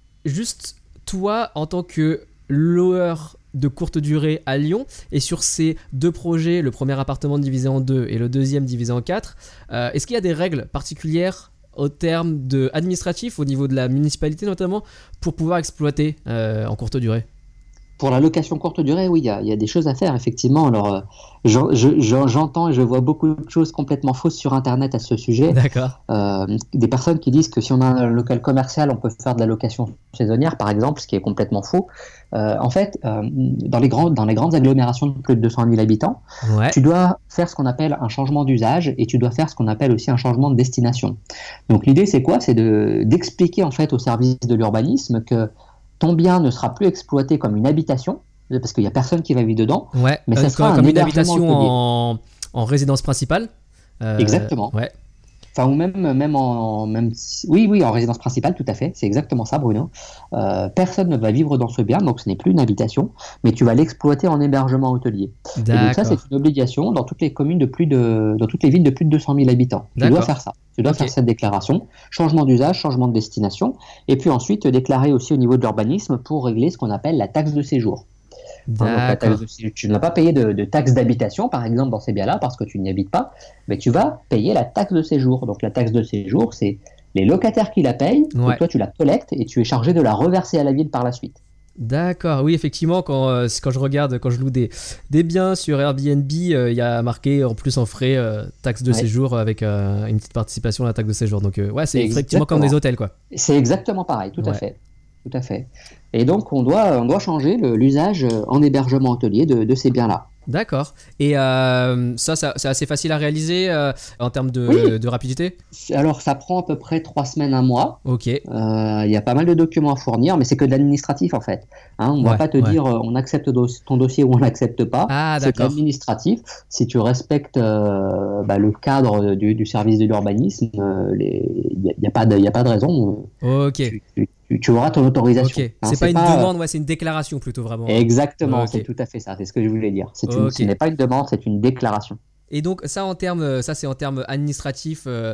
juste toi, en tant que loueur de courte durée à Lyon, et sur ces deux projets, le premier appartement divisé en deux et le deuxième divisé en quatre, euh, est-ce qu'il y a des règles particulières au terme de administratif, au niveau de la municipalité notamment, pour pouvoir exploiter euh, en courte durée ? Pour la location courte durée, oui, il y a, il y a des choses à faire, effectivement. Alors, euh, j'en- je- j'en- j'entends et je vois beaucoup de choses complètement fausses sur Internet à ce sujet. D'accord. Euh, des personnes qui disent que si on a un local commercial, on peut faire de la location saisonnière, par exemple, ce qui est complètement faux. Euh, en fait, euh, dans, les grandes, dans les grandes agglomérations de plus de deux cent mille habitants, Ouais. tu dois faire ce qu'on appelle un changement d'usage et tu dois faire ce qu'on appelle aussi un changement de destination. Donc, l'idée, c'est quoi ? C'est de, d'expliquer en fait au service de l'urbanisme que ton bien ne sera plus exploité comme une habitation, parce qu'il n'y a personne qui va vivre dedans, Ouais, mais ça euh, sera comme, un comme une hébergement habitation hôtelier. en, en résidence principale. Euh, Exactement. Ouais. Enfin, ou même, même en, même si- oui, oui, en résidence principale, tout à fait. C'est exactement ça, Bruno. Euh, personne ne va vivre dans ce bien, donc ce n'est plus une habitation, mais tu vas l'exploiter en hébergement hôtelier. Et donc ça, c'est D'accord. une obligation dans toutes les communes de plus de, dans toutes les villes de plus de deux cent mille habitants. Tu D'accord. dois faire ça. Tu dois Ok. faire cette déclaration, changement d'usage, changement de destination, et puis ensuite déclarer aussi au niveau de l'urbanisme pour régler ce qu'on appelle la taxe de séjour. Hein, donc la taxe D'accord. de sé- tu ne vas pas payer de, de taxe d'habitation, par exemple, dans ces biens-là, parce que tu n'y habites pas, mais tu vas payer la taxe de séjour. Donc la taxe de séjour, c'est les locataires qui la payent, Ouais. donc toi tu la collectes et tu es chargé de la reverser à la ville par la suite. D'accord, oui, effectivement, quand, euh, quand je regarde, quand je loue des, des biens sur Airbnb, euh, il y a marqué en plus en frais euh, taxe de Ouais. séjour avec euh, une petite participation à la taxe de séjour. Donc, euh, ouais, c'est Exactement. effectivement comme des hôtels, quoi. C'est exactement pareil, tout à Ouais. fait. Tout à fait. Et donc on doit, on doit changer le- l'usage en hébergement hôtelier de, de ces biens-là. D'accord. Et euh, ça, ça c'est assez facile à réaliser euh, en termes de, Oui. de rapidité. Alors ça prend à peu près trois semaines, un mois. Ok. Euh, Il y a pas mal de documents à fournir, mais c'est que de l'administratif en fait. Hein, on ne Ouais, va pas te ouais. dire euh, on accepte dos- ton dossier ou on n'accepte pas. Ah, c'est de d'accord. l'administratif. Si tu respectes euh, bah, le cadre du, du service de l'urbanisme, il n'y a, y a, pas de- y a pas de raison. Ok. Tu, tu- tu- tu auras ton autorisation. Ok. Hein, c'est pas une demande, ouais, c'est une déclaration plutôt vraiment. Exactement, Ok. c'est tout à fait ça. C'est ce que je voulais dire. C'est une- Ok. Ce n'est pas une demande, c'est une déclaration. Et donc ça en termes, ça c'est en termes administratifs, euh,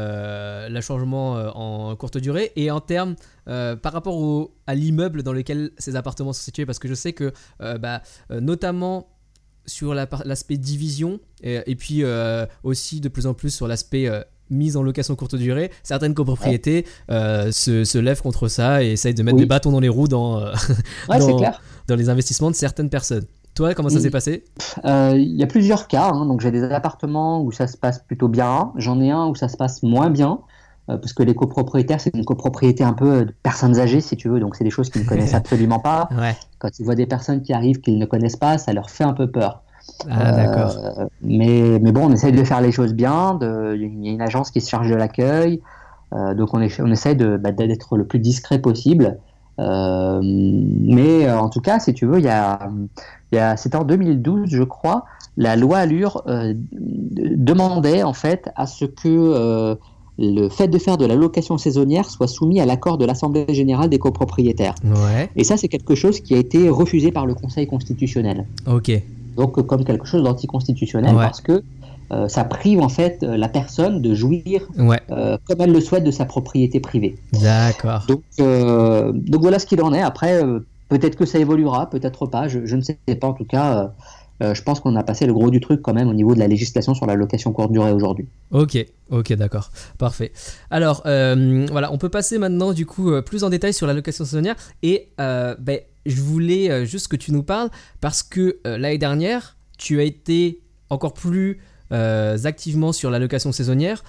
euh, le changement euh, en courte durée, et en termes euh, par rapport au, à l'immeuble dans lequel ces appartements sont situés, parce que je sais que euh, bah, euh, notamment sur la par- l'aspect division et, et puis euh, aussi de plus en plus sur l'aspect euh, mise en location courte durée, certaines copropriétés euh, se, se lèvent contre ça et essayent de mettre Oui. des bâtons dans les roues dans, euh, Ouais, dans, c'est clair. dans les investissements de certaines personnes. Toi, comment ça Mm. s'est passé ? Euh, Il y a plusieurs cas. Hein. Donc j'ai des appartements où ça se passe plutôt bien. J'en ai un où ça se passe moins bien. euh, Parce que les copropriétaires, c'est une copropriété un peu de personnes âgées, si tu veux. Donc c'est des choses qu'ils ne connaissent absolument pas. Ouais. Quand ils voient des personnes qui arrivent qu'ils ne connaissent pas, ça leur fait un peu peur. Ah, d'accord. Euh, mais, mais bon, on essaye de faire les choses bien. de- Il y a une agence qui se charge de l'accueil. Euh, donc on, est, on essaye de, bah, d'être le plus discret possible. Euh, mais euh, en tout cas, si tu veux, il y a, il y a, c'était en deux mille douze, je crois, la loi Allure euh, demandait en fait à ce que euh, le fait de faire de la location saisonnière soit soumis à l'accord de l'Assemblée générale des copropriétaires. Ouais. Et ça, c'est quelque chose qui a été refusé par le Conseil constitutionnel. Ok. Donc, euh, comme quelque chose d'anticonstitutionnel, Ouais. parce que euh, ça prive en fait euh, la personne de jouir Ouais. euh, comme elle le souhaite de sa propriété privée. D'accord. Donc, euh, donc voilà ce qu'il en est. Après, euh, peut-être que ça évoluera, peut-être pas. Je, je ne sais pas. En tout cas, euh, euh, je pense qu'on a passé le gros du truc quand même au niveau de la législation sur la location courte durée aujourd'hui. Ok, ok, d'accord, parfait. Alors, euh, voilà, on peut passer maintenant du coup euh, plus en détail sur la location saisonnière. Et euh, ben, je voulais euh, juste que tu nous parles parce que euh, l'année dernière, tu as été encore plus euh, activement sur la location saisonnière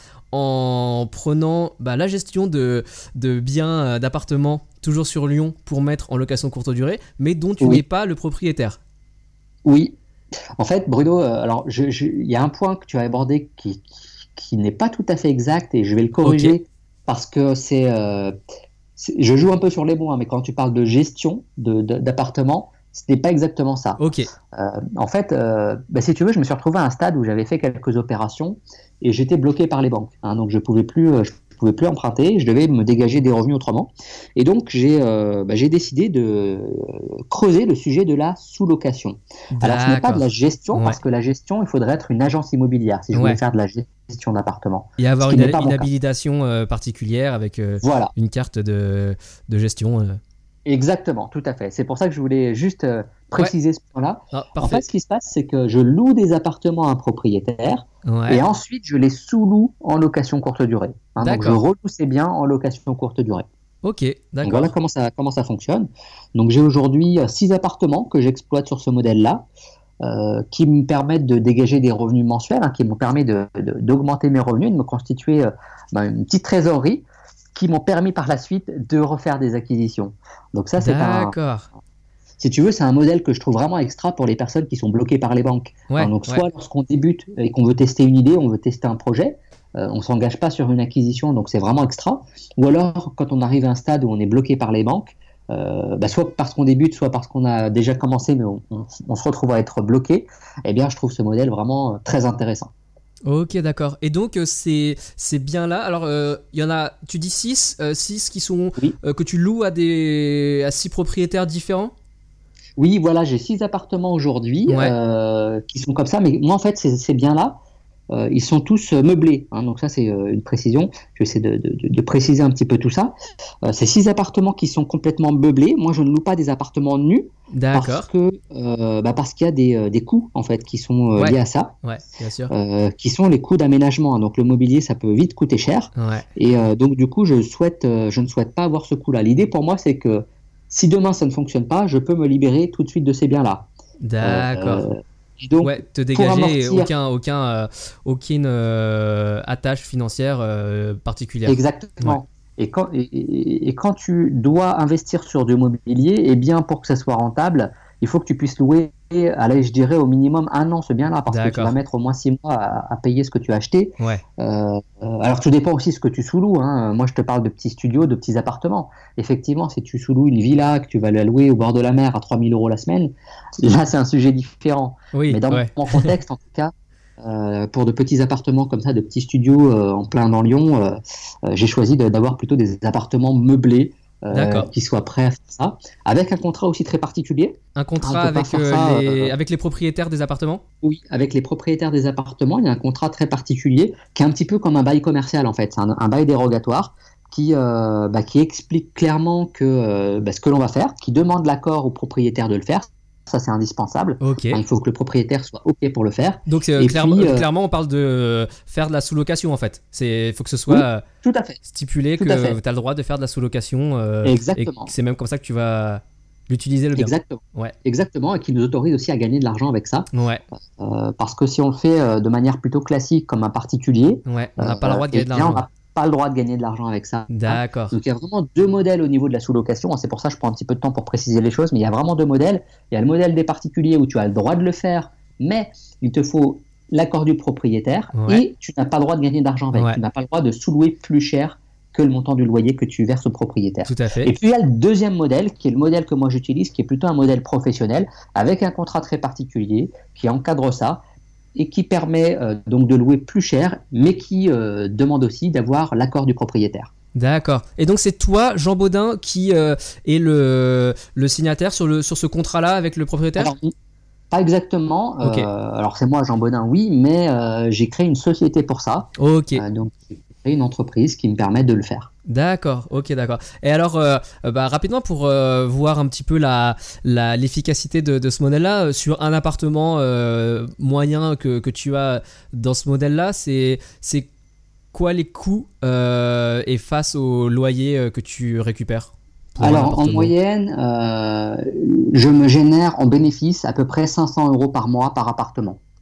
en prenant bah, la gestion de, de biens, euh, d'appartements, toujours sur Lyon, pour mettre en location courte durée, mais dont tu Oui. n'es pas le propriétaire. Oui. En fait, Bruno, euh, alors je- je- il y a un point que tu as abordé qui, qui, qui n'est pas tout à fait exact et je vais le corriger Ok. parce que c'est, euh, c'est- je joue un peu sur les mots, hein, mais quand tu parles de gestion de, de- d'appartement, ce n'est pas exactement ça. Ok, Euh, en fait, euh, bah, si tu veux, je me suis retrouvé à un stade où j'avais fait quelques opérations et j'étais bloqué par les banques, hein. Donc je pouvais plus, euh, je pouvais plus emprunter, je devais me dégager des revenus autrement. Et donc j'ai euh, bah, j'ai décidé de creuser le sujet de la sous-location. Alors ce n'est pas de la d'accord. gestion, Ouais. parce que la gestion, il faudrait être une agence immobilière si je voulais Ouais. faire de la gestion d'appartement. Et avoir Ce une, qui n'est pas une mon cas. habilitation euh, particulière avec euh, Voilà. une carte de, de gestion. euh. Exactement, tout à fait. C'est pour ça que je voulais juste euh, préciser ce point-là. Ah, En parfait. fait, ce qui se passe, c'est que je loue des appartements à un propriétaire Ouais. et ensuite je les sous-loue en location courte durée, hein. Donc je D'accord. reloue ces biens en location courte durée. Ok, Donc d'accord. voilà comment ça, comment ça fonctionne. Donc j'ai aujourd'hui euh, six appartements que j'exploite sur ce modèle-là, euh, qui me permettent de dégager des revenus mensuels, hein, qui m'ont permis de, de- d'augmenter mes revenus, de me constituer euh, ben, une petite trésorerie, qui m'ont permis par la suite de refaire des acquisitions. Donc ça, c'est un, D'accord. si tu veux, c'est un modèle que je trouve vraiment extra pour les personnes qui sont bloquées par les banques. Ouais, Hein, donc ouais. soit lorsqu'on débute et qu'on veut tester une idée, on veut tester un projet, euh, on s'engage pas sur une acquisition, donc c'est vraiment extra. Ou alors quand on arrive à un stade où on est bloqué par les banques, euh, bah, soit parce qu'on débute, soit parce qu'on a déjà commencé, mais on, on- on se retrouve à être bloqué. Eh bien, je trouve ce modèle vraiment euh, très intéressant. Ok, d'accord. Et donc, euh, c'est, c'est bien là. Alors, euh, il y en a, tu dis six, six qui sont, Oui. euh, que tu loues à, des, à six propriétaires différents. Oui, voilà, j'ai six appartements aujourd'hui Ouais. euh, qui sont comme ça, mais moi en fait ces, ces biens-là, euh, ils sont tous euh, meublés, hein. Donc ça c'est euh, une précision. Je vais essayer de, de- de- de préciser un petit peu tout ça. Euh, ces six appartements qui sont complètement meublés. Moi je ne loue pas des appartements nus parce D'accord. que euh, bah, parce qu'il y a des, euh, des coûts en fait qui sont euh, Ouais. liés à ça, Ouais, bien sûr. euh, qui sont les coûts d'aménagement, hein. Donc le mobilier ça peut vite coûter cher. Ouais. Et euh, donc du coup, je souhaite, euh, je ne souhaite pas avoir ce coût-là. L'idée pour moi, c'est que si demain ça ne fonctionne pas, je peux me libérer tout de suite de ces biens-là. D'accord. Euh, et donc, ouais, te pour dégager amortir- aucun, aucun, euh, aucune euh, attache financière euh, particulière. exactement. Et, quand, et- et, et quand tu dois investir sur du mobilier, eh bien pour que ça soit rentable, il faut que tu puisses louer, allez, je dirais au minimum un an ce bien-là, parce que tu D'accord. vas mettre au moins six mois à, à payer ce que tu as acheté. Ouais. Euh, euh, alors tout dépend aussi de ce que tu sous-loues, hein. Moi je te parle de petits studios, de petits appartements. Effectivement, si tu sous-loues une villa, que tu vas la louer au bord de la mer à trois mille euros la semaine, là c'est un sujet différent. Oui, Mais dans ouais. mon contexte, en tout cas, euh, pour de petits appartements comme ça, de petits studios euh, en plein dans Lyon, euh, euh, j'ai choisi de- d'avoir plutôt des appartements meublés euh, D'accord. qui soient prêts à faire ça, avec un contrat aussi très particulier. Un contrat On peut pas avec, faire euh, ça, les, euh, avec les propriétaires des appartements. Oui, avec les propriétaires des appartements, il y a un contrat très particulier qui est un petit peu comme un bail commercial en fait. C'est un, un bail dérogatoire qui, euh, bah, qui explique clairement que, euh, bah, ce que l'on va faire, qui demande l'accord au propriétaire de le faire. Ça, c'est indispensable. Ok. Hein, il faut que le propriétaire soit OK pour le faire. Donc euh, Et clairement, puis, euh, clairement, on parle de faire de la sous-location en fait. Il faut que ce soit Oui, euh, Tout à fait. stipulé tout à que fait. tu as le droit de faire de la sous-location. euh, Exactement. Et que c'est même comme ça que tu vas l'utiliser le bien. Exactement. Ouais. Exactement, et qui nous autorise aussi à gagner de l'argent avec ça. Ouais, Euh, parce que si on le fait euh, de manière plutôt classique comme un particulier, ouais. On n'a pas le droit de euh, gagner de eh bien, on l'argent. n'a pas le droit de gagner de l'argent avec ça. D'accord. Donc il y a vraiment deux modèles au niveau de la sous-location. C'est pour ça que je prends un petit peu de temps pour préciser les choses, mais il y a vraiment deux modèles. Il y a le modèle des particuliers où tu as le droit de le faire, mais il te faut l'accord du propriétaire Ouais. et tu n'as pas le droit de gagner d'argent avec. Ouais. Tu n'as pas le droit de sous-louer plus cher que le montant du loyer que tu verses au propriétaire. Tout à Et fait. puis il y a le deuxième modèle, qui est le modèle que moi j'utilise, qui est plutôt un modèle professionnel, avec un contrat très particulier, qui encadre ça, et qui permet euh, donc de louer plus cher, mais qui euh, demande aussi d'avoir l'accord du propriétaire. D'accord. Et donc c'est toi, Jean Baudin, qui euh, est le, le signataire sur, le, sur ce contrat-là avec le propriétaire. Alors, pas exactement. Ok. Euh, alors c'est moi, Jean Baudin, oui, mais euh, j'ai créé une société pour ça. Ok. Euh, donc j'ai créé une entreprise qui me permet de le faire. D'accord, ok, d'accord. Et alors, euh, euh, bah, rapidement, pour euh, voir un petit peu la, la, l'efficacité de, de ce modèle-là, euh, sur un appartement euh, moyen que, que tu as dans ce modèle-là, c'est, c'est quoi les coûts euh, et face au loyer euh, que tu récupères pour un Alors en appartement? moyenne, euh, je me génère en bénéfice à peu près cinq cents euros par mois par appartement.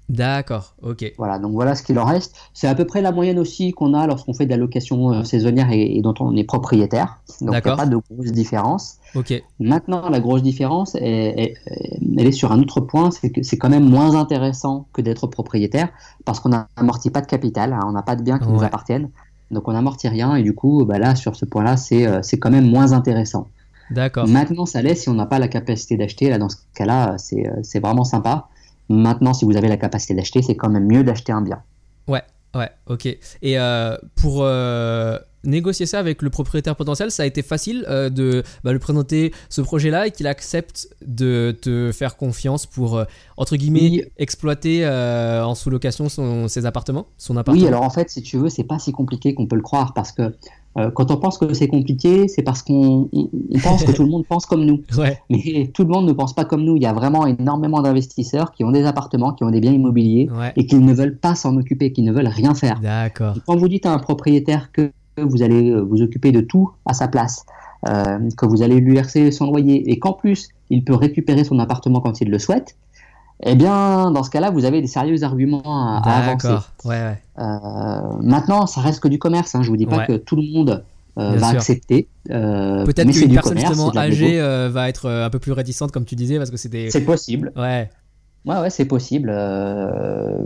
D'accord, ok. Voilà, donc voilà ce qu'il en reste. C'est à peu près la moyenne aussi qu'on a lorsqu'on fait de la location euh, saisonnière et, et dont on est propriétaire. Donc il n'y a D'accord. pas de grosse différence. Ok. Maintenant, la grosse différence, est, est- elle est sur un autre point, c'est que c'est quand même moins intéressant que d'être propriétaire parce qu'on n'amortit pas de capital, hein, on n'a pas de biens qui nous Ouais. appartiennent, donc on n'amortit rien et du coup, bah là, sur ce point-là, c'est euh, c'est quand même moins intéressant. D'accord. Maintenant, ça l'est si on n'a pas la capacité d'acheter, là, dans ce cas-là, euh, c'est euh, c'est vraiment sympa. Maintenant, si vous avez la capacité d'acheter, c'est quand même mieux d'acheter un bien. Ouais, ouais, ok. Et euh, pour euh, négocier ça avec le propriétaire potentiel, ça a été facile euh, de bah, lui présenter ce projet-là et qu'il accepte de te faire confiance pour, euh, entre guillemets, Oui. exploiter euh, en sous-location son, ses appartements, son appartement. Oui, alors en fait, si tu veux, c'est pas si compliqué qu'on peut le croire parce que euh, quand on pense que c'est compliqué, c'est parce qu'on on- on pense que tout le monde pense comme nous. Ouais, Mais tout le monde ne pense pas comme nous. Il y a vraiment énormément d'investisseurs qui ont des appartements, qui ont des biens immobiliers ouais. et qui ne veulent pas s'en occuper, qui ne veulent rien faire. D'accord. Et quand vous dites à un propriétaire que vous allez euh, vous occuper de tout à sa place, euh, que vous allez lui verser son loyer et qu'en plus il peut récupérer son appartement quand il le souhaite, eh bien dans ce cas-là vous avez des sérieux arguments à, à avancer. D'accord. Ouais, ouais. Euh, maintenant, ça reste que du commerce. Hein. Je vous dis pas Ouais. que tout le monde euh, Bien va sûr. accepter. Euh, Peut-être mais c'est qu'une du personne commerce, justement c'est de la âgée négo. euh, va être euh, un peu plus réticente, comme tu disais, parce que c'est des. C'est possible. Ouais, Ouais, ouais, c'est possible. Euh,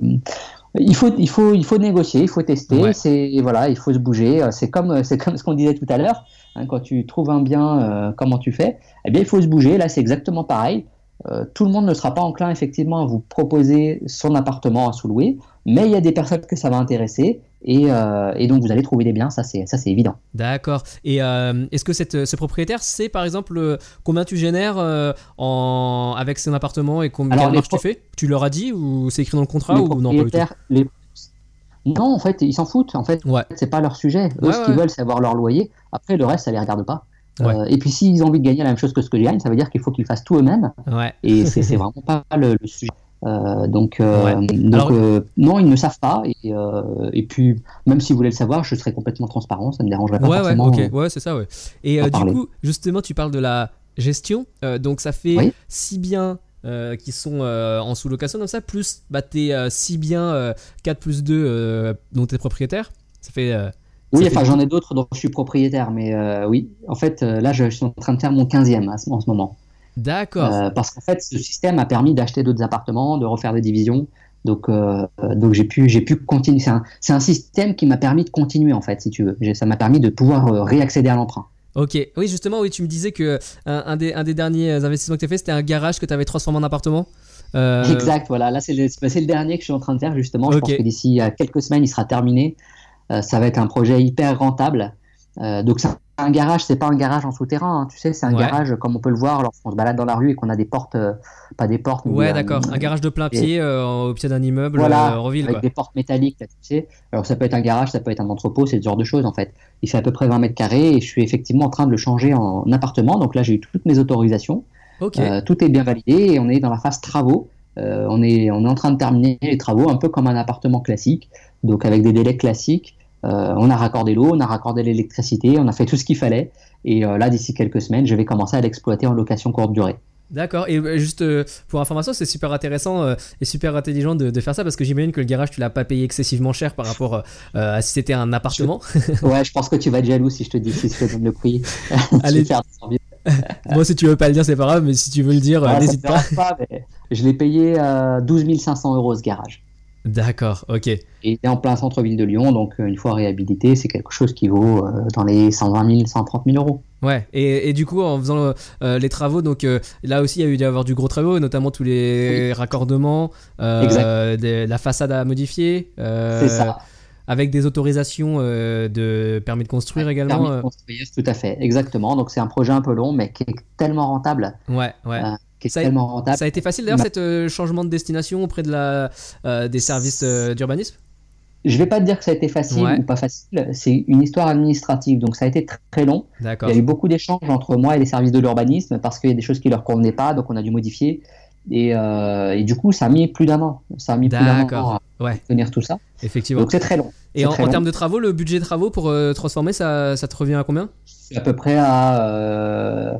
il faut, il faut, il faut négocier, il faut tester. Ouais. C'est voilà, il faut se bouger. C'est comme, c'est comme ce qu'on disait tout à l'heure. Hein, quand tu trouves un bien, euh, comment tu fais? Eh bien, il faut se bouger. Là, c'est exactement pareil. Euh, tout le monde ne sera pas enclin effectivement à vous proposer son appartement à sous-louer, mais il y a des personnes que ça va intéresser et, euh, et donc vous allez trouver des biens. Ça, c'est, ça, c'est évident. d'accord. Et euh, est-ce que cette, ce propriétaire sait par exemple euh, combien tu génères euh, en, avec son appartement et combien Alors, quelle les marge pro- tu fais? Tu leur as dit ou c'est écrit dans le contrat les ou non pas du tout? propriétaires, les... Non, en fait, ils s'en foutent. En fait, Ouais, c'est pas leur sujet. Eux, Ouais, ce qu'ils ouais. veulent, c'est avoir leur loyer. Après, le reste, ça les regarde pas. Ouais. Euh, et puis, s'ils ont envie de gagner la même chose que ce que je gagne, ça veut dire qu'il faut qu'ils fassent tout eux-mêmes. ouais. Et c'est, c'est vraiment pas le, le sujet. Euh, donc, euh, Ouais. donc Alors- euh, non, ils ne savent pas. Et, euh, et puis, même si vous voulez le savoir, je serais complètement transparent. Ça ne me dérangerait pas Ouais, ouais, forcément. ok. euh, Ouais, c'est ça, ouais. Et d'en euh, du parler. coup, justement, tu parles de la gestion. Euh, donc, ça fait Oui. six biens euh, qui sont euh, en sous-location, comme ça, plus bah, tes euh, six biens, euh, quatre plus deux, euh, dont tu es propriétaire. Ça fait. euh, Oui, ça fait enfin, j'en dix. ai d'autres dont je suis propriétaire. Mais euh, oui, en fait, euh, là, je suis en train de faire mon quinzième à ce- en ce moment. D'accord. Euh, parce qu'en fait, ce système a permis d'acheter d'autres appartements, de refaire des divisions. Donc, euh, donc j'ai pu, j'ai pu continuer. C'est un, c'est un système qui m'a permis de continuer, en fait, si tu veux. J'ai- Ça m'a permis de pouvoir euh, réaccéder à l'emprunt. Ok. Oui, justement, oui, tu me disais que un, un des, un des derniers investissements que tu as fait, c'était un garage que tu avais transformé en appartement. Euh, Exact, voilà. Là, c'est le, c'est le dernier que je suis en train de faire, justement. Je Ok. pense que d'ici euh, quelques semaines, il sera terminé. Euh, ça va être un projet hyper rentable. Euh, donc, c'est un garage, c'est pas un garage en souterrain. Hein, tu sais, c'est un Ouais. garage comme on peut le voir lorsqu'on se balade dans la rue et qu'on a des portes, euh, pas des portes, mais Ouais, des, euh, d'accord. Un garage de plein et- pied euh, au pied d'un immeuble Voilà, euh, en ville, avec quoi. des portes métalliques, là, tu sais. Alors ça peut être un garage, ça peut être un entrepôt, c'est ce genre de choses en fait. Il fait à peu près vingt mètres carrés et je suis effectivement en train de le changer en appartement. Donc là, j'ai eu toutes mes autorisations. Ok. Euh, tout est bien validé et on est dans la phase travaux. Euh, on est, on est en train de terminer les travaux un peu comme un appartement classique, donc avec des délais classiques. Euh, on a raccordé l'eau, on a raccordé l'électricité, on a fait tout ce qu'il fallait. Et euh, là, d'ici quelques semaines, je vais commencer à l'exploiter en location courte durée. D'accord. Et euh, juste euh, pour information, c'est super intéressant euh, et super intelligent de, de faire ça parce que j'imagine que le garage, tu l'as pas payé excessivement cher par rapport euh, à si c'était un appartement. Ouais, je pense que tu vas être jaloux si je te dis, si je te donne le prix. Allez. Je vais faire des envies. Moi, si tu veux pas le dire, c'est pas grave, mais si tu veux le dire, euh, Ouais, ça n'hésite me pas. dérange pas, mais je l'ai payé euh, douze mille cinq cents euros ce garage. D'accord, ok. Et il est en plein centre-ville de Lyon, donc euh, une fois réhabilité, c'est quelque chose qui vaut euh, dans les cent vingt mille, cent trente mille euros. Ouais, et, et du coup, en faisant euh, les travaux, donc euh, là aussi, il y a eu d'avoir du gros travaux, notamment tous les raccordements, euh, Exact. des- la façade à modifier, euh, C'est ça. avec des autorisations euh, de permis de construire également. Permis de euh. construire, tout à fait, exactement. Donc c'est un projet un peu long, mais qui est tellement rentable. Ouais, ouais. Euh, qui est Ça a- tellement rentable. Ça a été facile d'ailleurs, Bah- cet euh, changement de destination auprès de la, euh, des services euh, d'urbanisme? Je vais pas te dire que ça a été facile Ouais. ou pas facile, c'est une histoire administrative, donc ça a été très, très long. D'accord. Il y a eu beaucoup d'échanges entre moi et les services de l'urbanisme parce qu'il y a des choses qui leur convenaient pas, donc on a dû modifier. Et, euh, et du coup, ça a mis plus d'un an. Ça a mis plus d'un an D'accord. à Ouais, obtenir tout ça. effectivement. Donc c'est très long. Et C'est en, très en long. termes de travaux, le budget de travaux pour euh, transformer, ça, ça te revient à combien? C'est à peu près à, euh,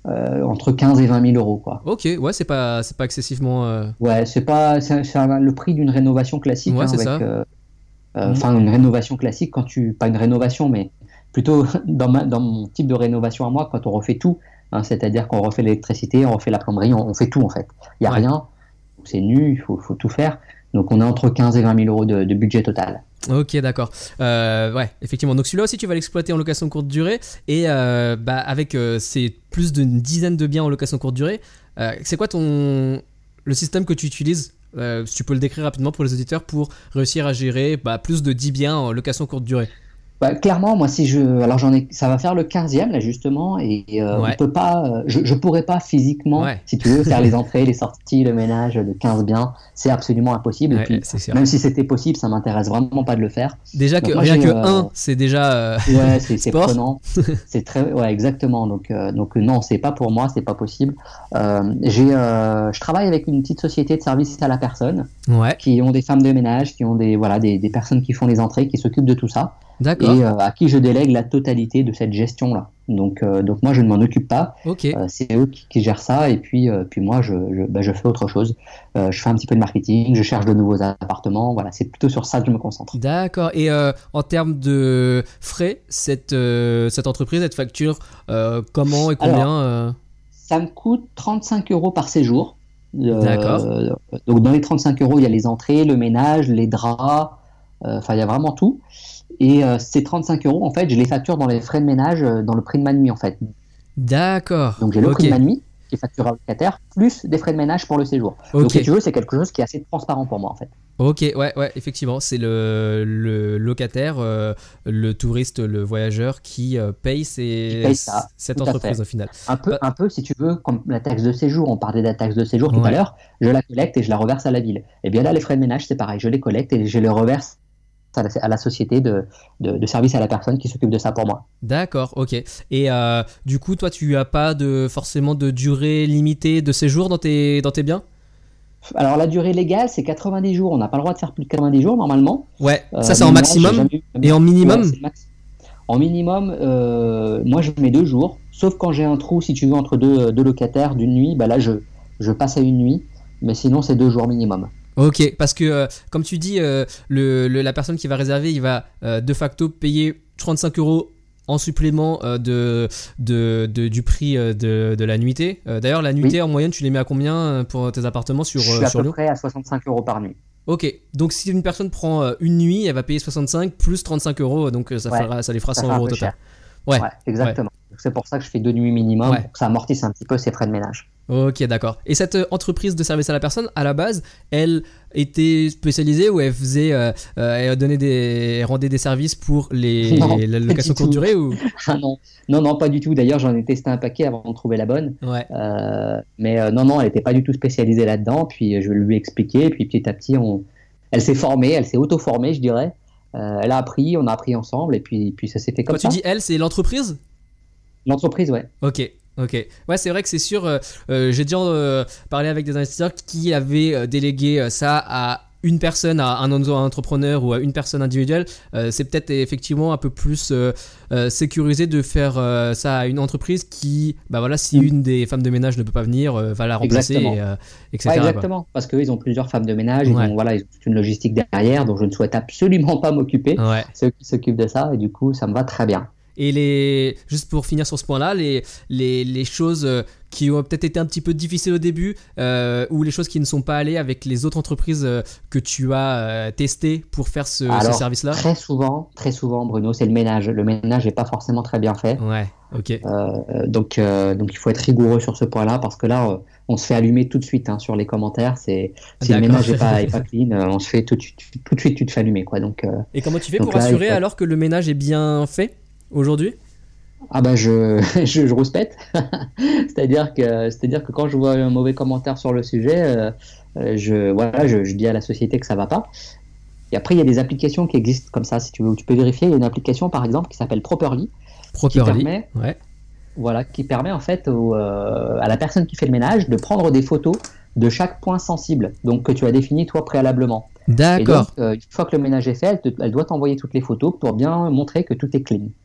euh, entre quinze et vingt mille euros, quoi. Ok, ouais, c'est pas, c'est pas excessivement. Euh... Ouais, c'est pas, c'est, c'est un- le prix d'une rénovation classique, Ouais, hein, c'est avec, ça. euh, euh, enfin une rénovation classique quand tu, pas une rénovation, mais plutôt dans ma, dans mon type de rénovation à moi, quand on refait tout, hein, c'est-à-dire qu'on refait l'électricité, on refait la plomberie, on, on fait tout en fait. Il y a Ouais. rien, c'est nu, il faut, faut tout faire. Donc on est entre quinze et vingt mille euros de, de budget total. Ok, d'accord. Euh, ouais, effectivement. Donc celui-là aussi, tu vas l'exploiter en location courte durée. Et euh, bah, avec euh, ces plus d'une dizaine de biens en location courte durée, euh, c'est quoi ton le système que tu utilises euh, si tu peux le décrire rapidement pour les auditeurs pour réussir à gérer bah, plus de dix biens en location courte durée. Bah, clairement, moi, si je, alors j'en ai, ça va faire le quinzième là justement, et euh, Ouais. on peut pas, euh, je, je pourrais pas physiquement, Ouais. si tu veux, faire les entrées, les sorties, le ménage de quinze biens, c'est absolument impossible. Ouais, et puis, c'est sûr. même si c'était possible, ça m'intéresse vraiment pas de le faire. Déjà Donc que moi, rien j'ai, que euh, un, c'est déjà euh, Ouais, c'est, c'est sport. prenant, c'est très, ouais, exactement. Donc, euh, donc euh, non, c'est pas pour moi, c'est pas possible. Euh, j'ai, euh, je travaille avec une petite société de services à la personne, Ouais, qui ont des femmes de ménage, qui ont des, voilà, des, des personnes qui font les entrées, qui s'occupent de tout ça. d'accord. Et euh, à qui je délègue la totalité de cette gestion-là. Donc, euh, donc moi, je ne m'en occupe pas. Ok. Euh, c'est eux qui, qui gèrent ça. Et puis, euh, puis moi, je, je, bah, je fais autre chose. Euh, je fais un petit peu de marketing, je cherche de nouveaux appartements. Voilà, c'est plutôt sur ça que je me concentre. D'accord. Et euh, en termes de frais, cette, euh, cette entreprise, elle te facture euh, comment et combien Alors, euh Ça me coûte trente-cinq euros par séjour. Euh, D'accord. Donc, dans les trente-cinq euros, il y a les entrées, le ménage, les draps. euh, Enfin, il y a vraiment tout. Et euh, ces trente-cinq euros, en fait, je les facture dans les frais de ménage, euh, dans le prix de ma nuit, en fait. D'accord. Donc j'ai le Ok. prix de ma nuit qui est facturé au locataire, plus des frais de ménage pour le séjour. Ok. Donc si tu veux, c'est quelque chose qui est assez transparent pour moi, en fait. Ok, ouais, ouais, effectivement, c'est le, le locataire, euh, le touriste, le voyageur qui euh, paye, ses, Qui paye ça, cette tout à entreprise fait. au final. Un peu, Bah- un peu, si tu veux, comme la taxe de séjour, on parlait de la taxe de séjour tout Ouais. à l'heure, je la collecte et je la reverse à la ville. Et bien là, les frais de ménage, c'est pareil, je les collecte et je les reverse à la, à la société de, de, de service à la personne qui s'occupe de ça pour moi. D'accord, ok. Et euh, du coup, toi, tu as pas de forcément de durée limitée de séjour dans tes, dans tes biens? Alors la durée légale, c'est quatre-vingt-dix jours. On n'a pas le droit de faire plus de quatre-vingt-dix jours normalement. Ouais, Euh, ça c'est mais en moi, maximum. j'ai jamais eu- Et en minimum? Ouais, c'est le max. En minimum, euh, moi je mets deux jours, sauf quand j'ai un trou, si tu veux, entre deux, deux locataires d'une nuit, bah là je, je passe à une nuit, mais sinon c'est deux jours minimum. Ok, parce que euh, comme tu dis, euh, le, le- la personne qui va réserver, il va euh, de facto payer trente-cinq euros en supplément euh, de, de, de- du prix euh, de, de la nuitée. Euh, D'ailleurs, la nuitée Oui. en moyenne, tu les mets à combien euh, pour tes appartements sur, Je euh, suis à sur peu Lyon? près à soixante-cinq euros par nuit. Ok, donc si une personne prend euh, une nuit, elle va payer soixante-cinq plus trente-cinq euros, donc euh, ça, Ouais, fera, ça lui fera ça cent fait un euros au peu total. cher. Ouais, Ouais, exactement. Donc, c'est pour ça que je fais deux nuits minimum, Ouais. pour que ça amortisse un petit peu ces frais de ménage. ok, d'accord. Et cette euh, entreprise de service à la personne, à la base, elle était spécialisée ou elle faisait, euh, euh, elle donnait des, elle rendait des services pour les Non, la pas location du courte tout. durée ou? Ah non, non, non, pas du tout. D'ailleurs, j'en ai testé un paquet avant de trouver la bonne. Ouais. Euh, mais euh, non, non, elle n'était pas du tout spécialisée là-dedans. Puis euh, je lui ai expliqué. Puis petit à petit, on... elle s'est formée, elle s'est auto-formée, je dirais. Euh, elle a appris, on a appris ensemble. Et puis, puis ça s'est fait comme Quand ça. tu dis elle, c'est l'entreprise? L'entreprise, ouais. Ok, ok. Ouais, c'est vrai que c'est sûr. euh, euh, j'ai déjà euh, parlé avec des investisseurs qui avaient euh, délégué euh, ça à une personne, à un, un entrepreneur ou à une personne individuelle. Euh, c'est peut-être effectivement un peu plus euh, euh, sécurisé de faire euh, ça à une entreprise qui, bah voilà, si Mm. une des femmes de ménage ne peut pas venir, euh, va la remplacer, Exactement. et, euh, et cetera Ouais, quoi. exactement. Parce qu'eux, ils ont plusieurs femmes de ménage. Ils Ouais. ont, voilà, ils ont toute une logistique derrière dont je ne souhaite absolument pas m'occuper. Ouais. C'est eux qui s'occupent de ça. Et du coup, ça me va très bien. Et les, juste pour finir sur ce point-là, les, les, les choses euh, qui ont peut-être été un petit peu difficiles au début, euh, ou les choses qui ne sont pas allées avec les autres entreprises euh, que tu as euh, testées pour faire ce, ce Alors, service-là? très souvent, très souvent, Bruno, c'est le ménage. Le ménage n'est pas forcément très bien fait. Ouais, ok. Euh, donc, euh, donc il faut être rigoureux sur ce point-là parce que là, euh, on se fait allumer tout de suite hein, sur les commentaires. C'est si le D'accord. ménage n'est pas, est pas clean, euh, on se fait tout, de suite- tout de suite, tu te fais allumer quoi. Donc, euh, Et comment tu fais Donc pour là, il assurer faut- alors que le ménage est bien fait aujourd'hui? ah bah je, je, je rouspète. c'est-à-dire que, c'est-à-dire que quand je vois un mauvais commentaire sur le sujet, euh, euh, je, voilà, je, je dis à la société que ça va pas. Et après, il y a des applications qui existent comme ça, si tu veux, où tu peux vérifier. Il y a une application, par exemple, qui s'appelle Properly, Properly. permet- Ouais. voilà, qui permet en fait au, euh, à la personne qui fait le ménage de prendre des photos de chaque point sensible, donc que tu as défini toi préalablement. Et D'accord. donc, euh, une fois que le ménage est fait, elle, te- elle doit t'envoyer toutes les photos pour bien montrer que tout est clean.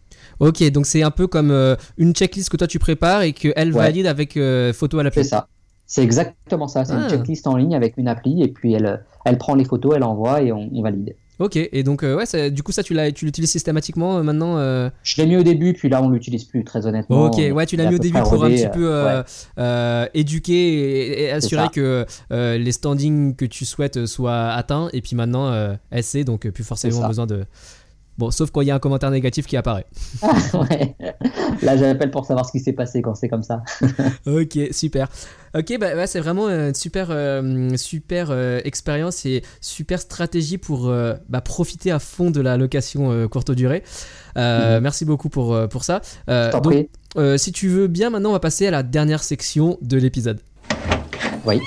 Ok, donc c'est un peu comme euh, une checklist que toi tu prépares et qu'elle Ouais. valide avec euh, photo à l'appli. C'est ça. C'est exactement ça. C'est Ah. une checklist en ligne avec une appli et puis elle, elle prend les photos, elle envoie et on, on valide. Ok, et donc euh, ouais, ça, du coup ça tu, l'as, tu l'utilises systématiquement euh, maintenant euh... Je l'ai mis au début, puis là on l'utilise plus, très honnêtement. Ok, ouais, tu l'as mis au début pour un petit peu euh, ouais. euh, éduquer et, et assurer que euh, les standings que tu souhaites soient atteints. Et puis maintenant, euh, elle sait, donc plus forcément besoin de... Bon, sauf quand il y a un commentaire négatif qui apparaît. Ah, ouais. Là, j'appelle pour savoir ce qui s'est passé quand c'est comme ça. Ok, super. Ok, bah, bah c'est vraiment une super, euh, super euh, expérience et super stratégie pour euh, bah, profiter à fond de la location euh, courte durée. Euh, mmh. Merci beaucoup pour, euh, pour ça. Euh, Je t'en donc, prie. Euh, si tu veux bien, maintenant, on va passer à la dernière section de l'épisode. Oui.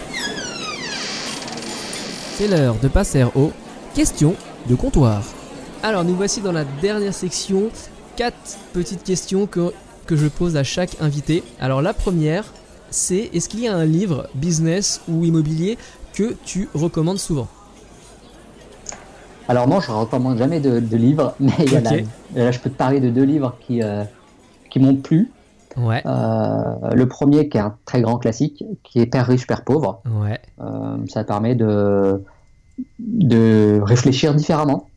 C'est l'heure de passer aux questions de comptoir. Alors, nous voici dans la dernière section. Quatre petites questions que, que je pose à chaque invité. Alors, la première, c'est est-ce qu'il y a un livre, business ou immobilier, que tu recommandes souvent ? Alors non, je ne recommande jamais de, de livres, mais il y a okay. la, là, je peux te parler de deux livres qui, euh, qui m'ont plu. Ouais. Euh, le premier, qui est un très grand classique, qui est Père riche, Père pauvre. Ouais. Euh, ça permet de, de réfléchir différemment.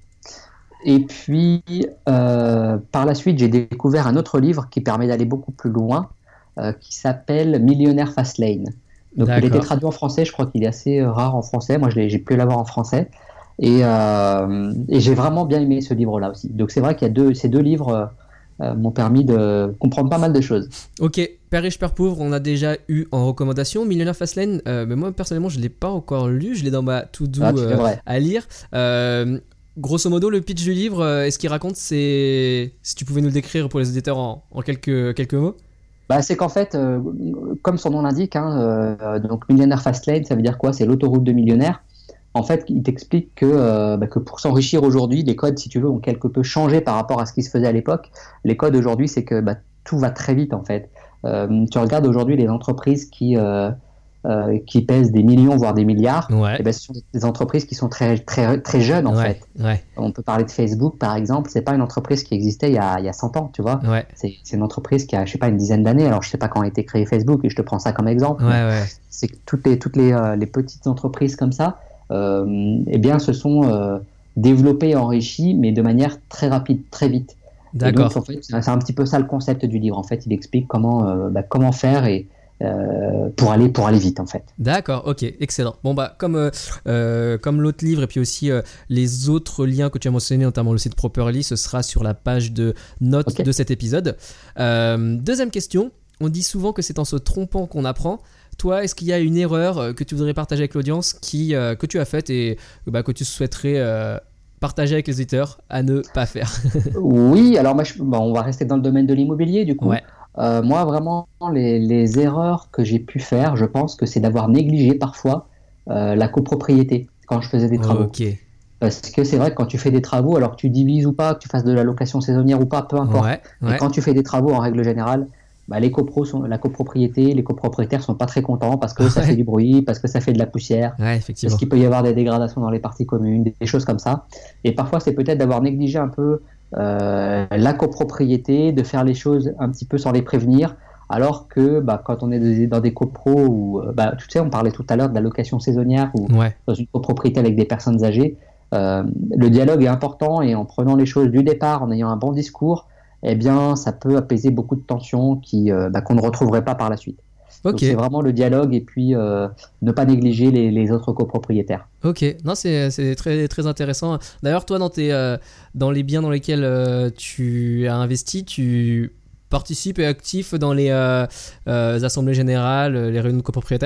Et puis, euh, par la suite, j'ai découvert un autre livre qui permet d'aller beaucoup plus loin, euh, qui s'appelle Millionnaire Fastlane. Donc, D'accord. il a été traduit en français, je crois qu'il est assez rare en français. Moi, je l'ai, j'ai pu l'avoir en français. Et, euh, et j'ai vraiment bien aimé ce livre-là aussi. Donc, c'est vrai qu'il y a deux, ces deux livres euh, m'ont permis de comprendre pas mal de choses. Ok, Père riche, Père pauvre, on a déjà eu en recommandation. Millionnaire Fastlane, euh, mais moi, personnellement, je ne l'ai pas encore lu. Je l'ai dans ma to-do ah, euh, à lire. Euh, Grosso modo, le pitch du livre, euh, et ce qu'il raconte, c'est... Si tu pouvais nous le décrire pour les éditeurs en, en quelques, quelques mots. Bah, c'est qu'en fait, euh, comme son nom l'indique, hein, euh, donc Millionnaire Fastlane, ça veut dire quoi ? C'est l'autoroute de millionnaire. En fait, il t'explique que, euh, bah, que pour s'enrichir aujourd'hui, les codes, si tu veux, ont quelque peu changé par rapport à ce qui se faisait à l'époque. Les codes aujourd'hui, c'est que bah, tout va très vite, en fait. Euh, tu regardes aujourd'hui les entreprises qui... Euh, Euh, qui pèsent des millions voire des milliards, ouais. et ben, ce sont des entreprises qui sont très très très jeunes en ouais, fait. Ouais. On peut parler de Facebook par exemple, c'est pas une entreprise qui existait il y a il y a cent ans, tu vois. Ouais. C'est c'est une entreprise qui a je sais pas une dizaine d'années. Alors je sais pas quand a été créé Facebook et je te prends ça comme exemple. Ouais, ouais. C'est que toutes les toutes les euh, les petites entreprises comme ça, euh, eh bien se sont euh, développées et enrichies, mais de manière très rapide, très vite. D'accord. Et donc en fait c'est un petit peu ça le concept du livre. En fait, il explique comment euh, bah, comment faire et Euh, pour aller pour aller vite en fait. D'accord, ok, excellent. Bon bah comme euh, euh, comme l'autre livre et puis aussi euh, les autres liens que tu as mentionnés, notamment le site Properly, ce sera sur la page de notes okay. de cet épisode. Euh, deuxième question, on dit souvent que c'est en se trompant qu'on apprend. Toi, est-ce qu'il y a une erreur que tu voudrais partager avec l'audience qui euh, que tu as faite et bah, que tu souhaiterais euh, partager avec les auditeurs à ne pas faire? Oui, alors moi, je, bon, on va rester dans le domaine de l'immobilier du coup. Ouais. Euh, moi, vraiment, les, les erreurs que j'ai pu faire, je pense que c'est d'avoir négligé parfois euh, la copropriété quand je faisais des travaux. Okay. Parce que c'est vrai que quand tu fais des travaux, alors que tu divises ou pas, que tu fasses de la location saisonnière ou pas, peu importe. Ouais, ouais. Et quand tu fais des travaux, en règle générale, bah, les copros sont, la copropriété, les copropriétaires sont pas très contents parce que ouais. ça fait du bruit, parce que ça fait de la poussière, ouais, effectivement. parce qu'il peut y avoir des dégradations dans les parties communes, des, des choses comme ça. Et parfois, c'est peut-être d'avoir négligé un peu Euh, la copropriété, de faire les choses un petit peu sans les prévenir, alors que bah, quand on est dans des copros où, bah, tu sais, on parlait tout à l'heure de la location saisonnière ou ouais. dans une copropriété avec des personnes âgées, euh, le dialogue est important et en prenant les choses du départ, en ayant un bon discours, eh bien, ça peut apaiser beaucoup de tensions qui, euh, bah, qu'on ne retrouverait pas par la suite. Okay. Donc c'est vraiment le dialogue et puis euh, ne pas négliger les, les autres copropriétaires. Ok, non, c'est, c'est très, très intéressant. D'ailleurs, toi, dans, tes, euh, dans les biens dans lesquels euh, tu as investi, tu participes et es actif dans les euh, euh, assemblées générales, les réunions de copropriétaires ?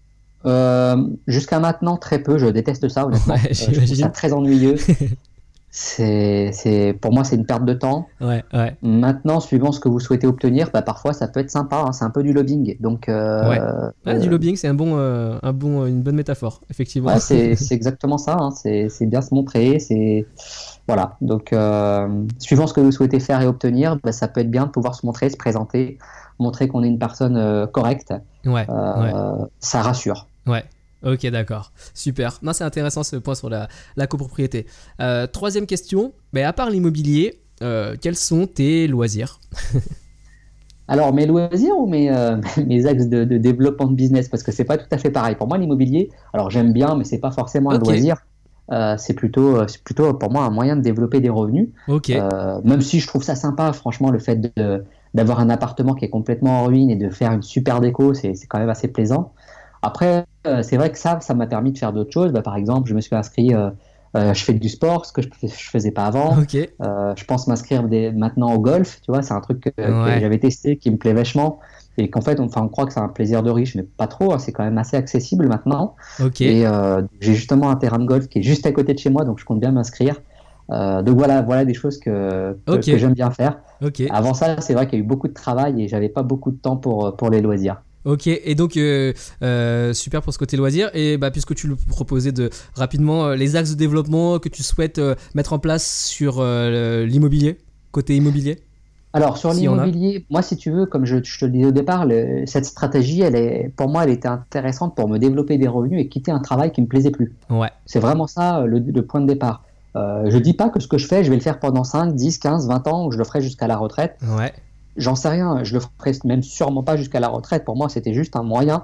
euh, Jusqu'à maintenant, très peu. Je déteste ça, honnêtement. Ouais, euh, je trouve ça très ennuyeux. C'est, c'est, pour moi, c'est une perte de temps. Ouais, ouais. Maintenant, suivant ce que vous souhaitez obtenir, bah, parfois ça peut être sympa. Hein, c'est un peu du lobbying. Donc, euh, ouais. Ouais, euh, du lobbying, c'est un bon, euh, un bon, une bonne métaphore, effectivement. Ouais, c'est, c'est exactement ça. Hein, c'est, c'est bien se montrer. C'est, voilà. Donc, euh, suivant ce que vous souhaitez faire et obtenir, bah, ça peut être bien de pouvoir se montrer, se présenter, montrer qu'on est une personne euh, correcte. Ouais, euh, ouais. Ça rassure. Ouais. Ok, d'accord. Super. Non, c'est intéressant ce point sur la, la copropriété. Euh, troisième question. Mais à part l'immobilier, euh, quels sont tes loisirs? Alors, mes loisirs ou mes, euh, mes axes de, de développement de business, parce que c'est pas tout à fait pareil. Pour moi, l'immobilier, alors j'aime bien, mais c'est pas forcément un Ok. loisir. Euh, c'est plutôt, c'est plutôt pour moi un moyen de développer des revenus. Ok. Euh, même si je trouve ça sympa, franchement, le fait de, d'avoir un appartement qui est complètement en ruine et de faire une super déco, c'est, c'est quand même assez plaisant. Après, euh, c'est vrai que ça, ça m'a permis de faire d'autres choses. Bah, par exemple, je me suis inscrit, euh, euh, je fais du sport, ce que je, je faisais pas avant. Ok. Euh, je pense m'inscrire des, maintenant au golf, tu vois, c'est un truc que, Ouais. que j'avais testé, qui me plaît vachement. Et qu'en fait, on, enfin, on croit que c'est un plaisir de riche, mais pas trop, hein, c'est quand même assez accessible maintenant. Ok. Et euh, j'ai justement un terrain de golf qui est juste à côté de chez moi, donc je compte bien m'inscrire. Euh, donc voilà, voilà des choses que, que, Ok. que j'aime bien faire. Ok. Avant ça, c'est vrai qu'il y a eu beaucoup de travail et j'avais pas beaucoup de temps pour, pour les loisirs. Ok, et donc euh, euh, super pour ce côté loisir. Et bah, puisque tu le proposais de rapidement euh, les axes de développement que tu souhaites euh, mettre en place sur euh, l'immobilier, côté immobilier. Alors sur S'il y en a. l'immobilier, moi si tu veux, comme je, je te le disais au départ, le- cette stratégie, elle est, pour moi, elle était intéressante pour me développer des revenus et quitter un travail qui me plaisait plus. Ouais. C'est vraiment ça le, le point de départ. Euh, je dis pas que ce que je fais, je vais le faire pendant cinq, dix, quinze, vingt ans, ou je le ferai jusqu'à la retraite. Ouais. J'en sais rien, je le ferai même sûrement pas jusqu'à la retraite. Pour moi, c'était juste un moyen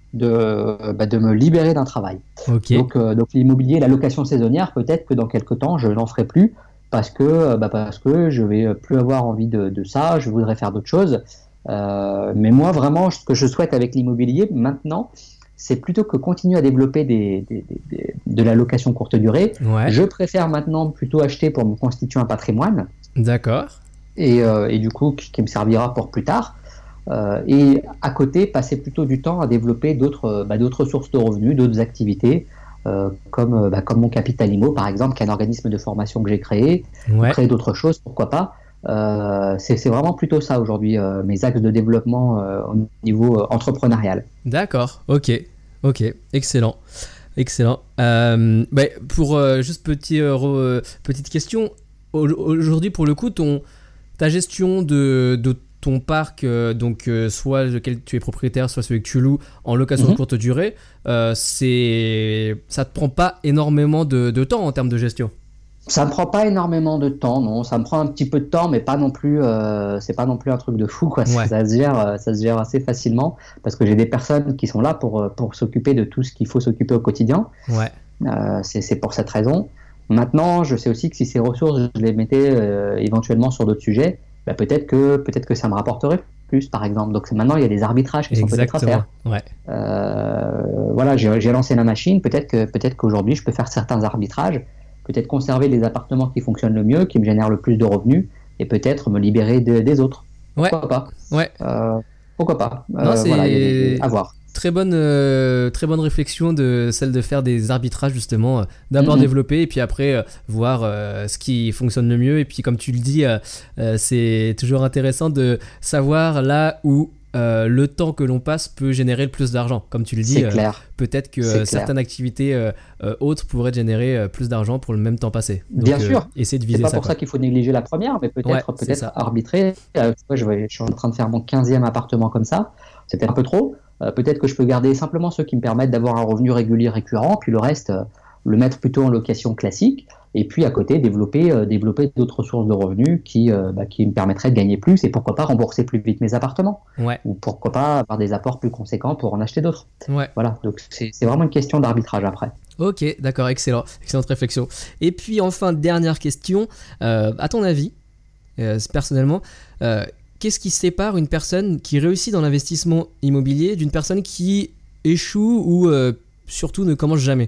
de, bah, de me libérer d'un travail. Ok. Donc, euh, donc l'immobilier, la location saisonnière, peut-être que dans quelques temps, je n'en ferai plus parce que, euh, bah, parce que je vais plus avoir envie de, de ça, je voudrais faire d'autres choses. Euh, mais moi, vraiment, ce que je souhaite avec l'immobilier maintenant, c'est plutôt que continuer à développer des, des, des, des- de la location courte durée. Ouais. Je préfère maintenant plutôt acheter pour me constituer un patrimoine D'accord. et, euh, et du coup qui, qui me servira pour plus tard. Euh, et à côté, passer plutôt du temps à développer d'autres euh, bah, d'autres sources de revenus, d'autres activités, euh, comme, euh, bah, comme mon Capital Immo, par exemple, qui est un organisme de formation que j'ai créé, ou Ouais. créer d'autres choses, pourquoi pas. Euh, c'est c'est vraiment plutôt ça aujourd'hui, euh, mes axes de développement euh, au niveau euh, entrepreneurial. D'accord. Ok. Ok. Excellent. Excellent. Euh, bah, pour euh, juste petit, euh, re- euh, petite question. Au- Aujourd'hui, pour le coup, ton, ta gestion de, de ton parc, euh, donc euh, soit lequel tu es propriétaire, soit celui que tu loues en location Mhm. de courte durée, euh, c'est, ça te prend pas énormément de, de temps en termes de gestion. Ça me prend pas énormément de temps, non. Ça me prend un petit peu de temps, mais pas non plus. Euh, c'est pas non plus un truc de fou, quoi. Ouais. Ça se gère, euh, ça se gère assez facilement parce que j'ai des personnes qui sont là pour euh, pour s'occuper de tout ce qu'il faut s'occuper au quotidien. Ouais. Euh, c'est c'est pour cette raison. Maintenant, je sais aussi que si ces ressources, je les mettais euh, éventuellement sur d'autres sujets, bah, peut-être que peut-être que ça me rapporterait plus, par exemple. Donc c'est- maintenant, il y a des arbitrages qui sont peut-être à Exactement. faire. Ouais. Euh, voilà, j'ai j'ai lancé la machine. Peut-être que peut-être qu'aujourd'hui, je peux faire certains arbitrages. Peut-être conserver les appartements qui fonctionnent le mieux, qui me génèrent le plus de revenus, et peut-être me libérer de- des autres. Ouais. Pourquoi pas Ouais. Euh, Pourquoi pas Non, Euh, c'est- Voilà, il y a des- à voir. Très bonne, euh, très bonne réflexion de celle de faire des arbitrages justement, euh, d'abord Mhm. développer et puis après euh, voir euh, ce qui fonctionne le mieux. Et puis comme tu le dis, euh, euh, c'est toujours intéressant de savoir là où euh, le temps que l'on passe peut générer le plus d'argent. Comme tu le dis, C'est euh, clair. peut-être que C'est euh, clair. certaines activités euh, euh, autres pourraient générer euh, plus d'argent pour le même temps passé. Donc, Bien euh, sûr. essayer de C'est viser pas ça. pour quoi. ça qu'il faut négliger la première, mais peut-être Ouais, c'est peut-être ça. arbitrer. Euh, tu vois, je, vais- je suis en train de faire mon quinzième appartement comme ça. C'est peut-être un peu trop. Euh, peut-être que je peux garder simplement ceux qui me permettent d'avoir un revenu régulier récurrent, puis le reste, euh, le mettre plutôt en location classique. Et puis à côté, développer, euh, développer d'autres sources de revenus qui, euh, bah, qui me permettraient de gagner plus et pourquoi pas rembourser plus vite mes appartements. Ouais, Ou pourquoi pas avoir des apports plus conséquents pour en acheter d'autres. ouais. Voilà, donc c'est c'est vraiment une question d'arbitrage après. Ok, d'accord, excellent, excellente réflexion. Et puis enfin, dernière question, euh, à ton avis, euh, personnellement, euh, qu'est-ce qui sépare une personne qui réussit dans l'investissement immobilier d'une personne qui échoue ou euh, surtout ne commence jamais?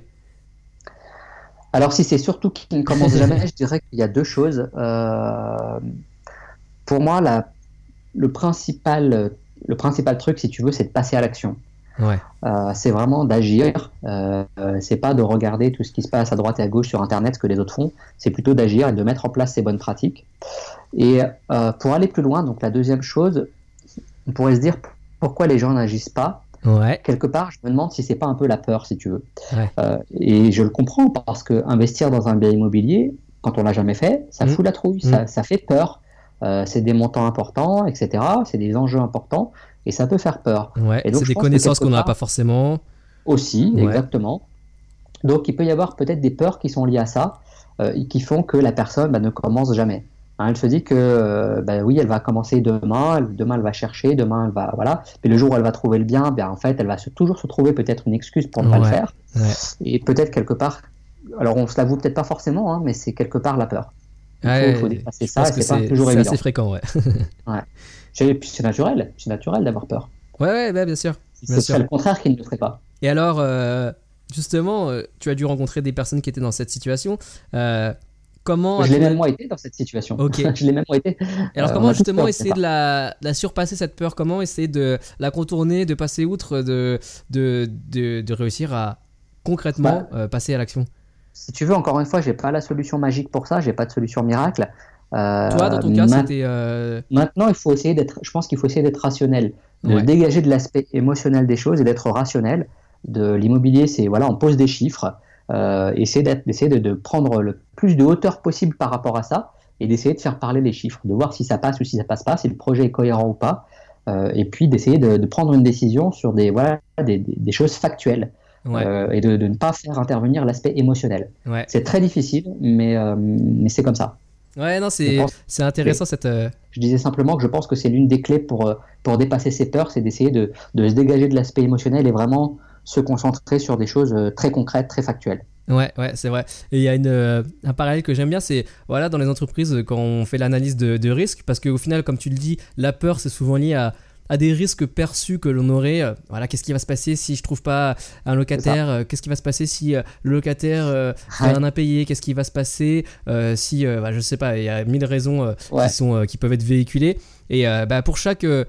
Alors si c'est surtout qui ne commence jamais, je dirais qu'il y a deux choses. Euh, pour moi, la, le, principal, le principal truc, si tu veux, c'est de passer à l'action. Ouais, Euh, c'est vraiment d'agir. Euh, euh, c'est pas de regarder tout ce qui se passe à droite et à gauche sur Internet, ce que les autres font. C'est plutôt d'agir et de mettre en place ces bonnes pratiques. Et euh, pour aller plus loin, donc la deuxième chose, on pourrait se dire pourquoi les gens n'agissent pas. ouais, Quelque part, je me demande si c'est pas un peu la peur, si tu veux. ouais. Euh, et je le comprends parce que investir dans un bien immobilier, quand on l'a jamais fait, ça Mmh. fout la trouille, Mmh. ça, ça fait peur. Euh, c'est des montants importants, et cetera. C'est des enjeux importants et ça peut faire peur. Ouais, Et donc, c'est je des pense que connaissances quelque qu'on n'aura part- pas forcément. Aussi, Ouais. exactement. Donc, il peut y avoir peut-être des peurs qui sont liées à ça, euh, et qui font que la personne bah, ne commence jamais. Hein, elle se dit que, euh, ben oui, elle va commencer demain, elle, demain elle va chercher, demain elle va, voilà. Puis le jour où elle va trouver le bien, ben en fait, elle va se, toujours se trouver peut-être une excuse pour ne Ouais, pas le faire. ouais. Et peut-être quelque part, alors on se l'avoue peut-être pas forcément, hein, mais c'est quelque part la peur. Il faut, Ouais, il faut dépasser je ça, pense et que c'est pas c'est, toujours c'est évident. assez fréquent, ouais. Ouais. Et puis c'est naturel, c'est naturel d'avoir peur. Ouais, ouais, bah, bien sûr. Bien Ce sûr. serait le contraire qu'il ne le ferait pas. Et alors, euh, justement, euh, tu as dû rencontrer des personnes qui étaient dans cette situation. Euh, comment Je l'ai as-tu- même moi été dans cette situation. Ok. Je l'ai même moi été. Et alors, Euh, on comment a tous justement peur, essayer de la, de la surpasser cette peur? Comment essayer de la contourner, de passer outre, de, de, de, de réussir à concrètement Bah, euh, passer à l'action? Si tu veux, encore une fois, j'ai pas la solution magique pour ça, j'ai pas de solution miracle. Euh, Toi, dans ton cas, ma- c'était. euh, Maintenant, il faut essayer d'être, je pense qu'il faut essayer d'être rationnel, de Ouais. se dégager de l'aspect émotionnel des choses et d'être rationnel. De l'immobilier, c'est voilà, on pose des chiffres, euh, essayer d'être, d'essayer de, de prendre le plus de hauteur possible par rapport à ça et d'essayer de faire parler les chiffres, de voir si ça passe ou si ça passe pas, si le projet est cohérent ou pas, euh, et puis d'essayer de, de prendre une décision sur des voilà des, des, des choses factuelles. Ouais. Euh, et de, de ne pas faire intervenir l'aspect émotionnel. Ouais. C'est très difficile, mais, euh, mais c'est comme ça. Ouais, non, Je c'est, pense- c'est intéressant cette. euh, Je disais simplement que je pense que c'est l'une des clés pour, euh, pour dépasser ses peurs, c'est d'essayer de, de se dégager de l'aspect émotionnel et vraiment se concentrer sur des choses euh, très concrètes, très factuelles. Ouais, ouais, c'est vrai. Et il y a une, euh, un parallèle que j'aime bien, c'est voilà, dans les entreprises, quand on fait l'analyse de, de risque, parce qu'au final, comme tu le dis, la peur, c'est souvent lié à, à des risques perçus que l'on aurait. Euh, voilà, qu'est-ce qui va se passer si je trouve pas un locataire? Euh, Qu'est-ce qui va se passer si euh, le locataire euh, fait Ouais. un impayé? Qu'est-ce qui va se passer euh, si, euh, bah, je sais pas, il y a mille raisons euh, Ouais. qui sont, euh, qui peuvent être véhiculées. Et euh, bah, pour chaque euh,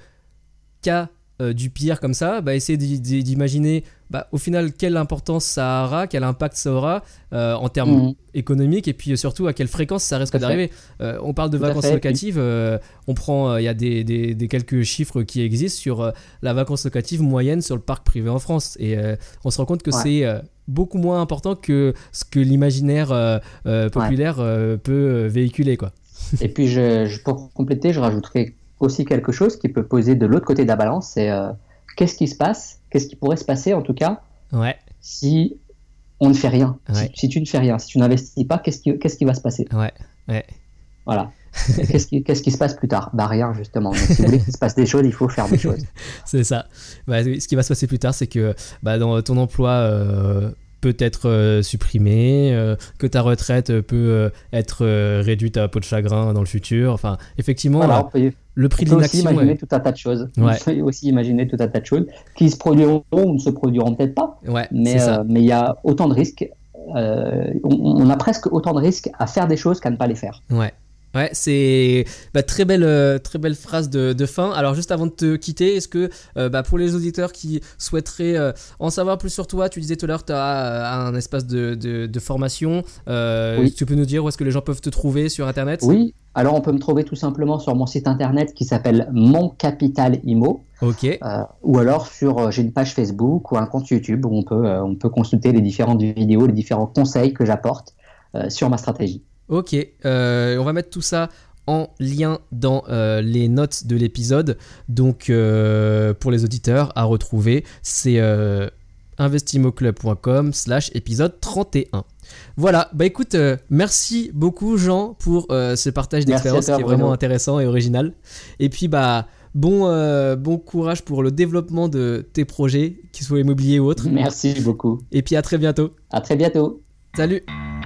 cas euh, du pire comme ça, bah, essayer d'i- d'i- d'imaginer bah, au final quelle importance ça aura, quel impact ça aura euh, en termes Mhm. économiques et puis euh, surtout à quelle fréquence ça risque Tout à fait. d'arriver. Euh, on parle de Tout à vacances fait. locatives, euh, on prend, il y a des, des, des quelques chiffres qui existent sur euh, la vacance locative moyenne sur le parc privé en France et euh, on se rend compte que Ouais. c'est euh, beaucoup moins important que ce que l'imaginaire euh, euh, populaire euh, peut euh, véhiculer quoi. Et puis, je, je- pour compléter, je rajouterai aussi quelque chose qui peut poser de l'autre côté de la balance, c'est euh, qu'est-ce qui se passe, qu'est-ce qui pourrait se passer en tout cas, Ouais, si on ne fait rien, Ouais. si, si tu ne fais rien, si tu n'investis pas, qu'est-ce qui, qu'est-ce qui va se passer? ouais, ouais. Voilà. Qu'est-ce qui, qu'est-ce qui se passe plus tard? Bah rien justement. Donc, si vous voulez qu'il se passe des choses, il faut faire des choses. C'est ça. Bah, oui, ce qui va se passer plus tard, c'est que bah, dans ton emploi euh, peut être euh, supprimé, euh, que ta retraite peut euh, être euh, réduite à peau de chagrin dans le futur. Enfin, effectivement, Voilà, euh, on peut, le prix on de peut aussi l'inaction. imaginer Ouais, tout un tas de choses. Ouais. On peut aussi imaginer tout un tas de choses qui se produiront ou ne se produiront peut-être pas. ouais, Mais c'est ça. euh, mais il y a autant de risques. euh, on, on a presque autant de risques à faire des choses qu'à ne pas les faire. Ouais. Ouais, c'est bah, très belle, euh, très belle phrase de, de fin. Alors juste avant de te quitter, est-ce que euh, bah, pour les auditeurs qui souhaiteraient euh, en savoir plus sur toi, tu disais tout à l'heure tu as un espace de, de, de formation. Euh, Oui. Tu peux nous dire où est-ce que les gens peuvent te trouver sur Internet? Oui, alors on peut me trouver tout simplement sur mon site internet qui s'appelle Mon Capital Imo, Ok. euh, ou alors sur euh, j'ai une page Facebook ou un compte YouTube où on peut euh, on peut consulter les différentes vidéos, les différents conseils que j'apporte euh, sur ma stratégie. Ok, euh, on va mettre tout ça en lien dans euh, les notes de l'épisode. Donc euh, pour les auditeurs à retrouver, c'est euh, investimoclub.com slash épisode trente et un. Voilà, bah écoute, euh, merci beaucoup Jean pour euh, ce partage Merci d'expérience à toi, qui est Bruno. vraiment intéressant et original. Et puis bah bon, euh, bon courage pour le développement de tes projets, qu'ils soient immobiliers ou autres. Merci beaucoup. Et puis à très bientôt. À très bientôt. Salut.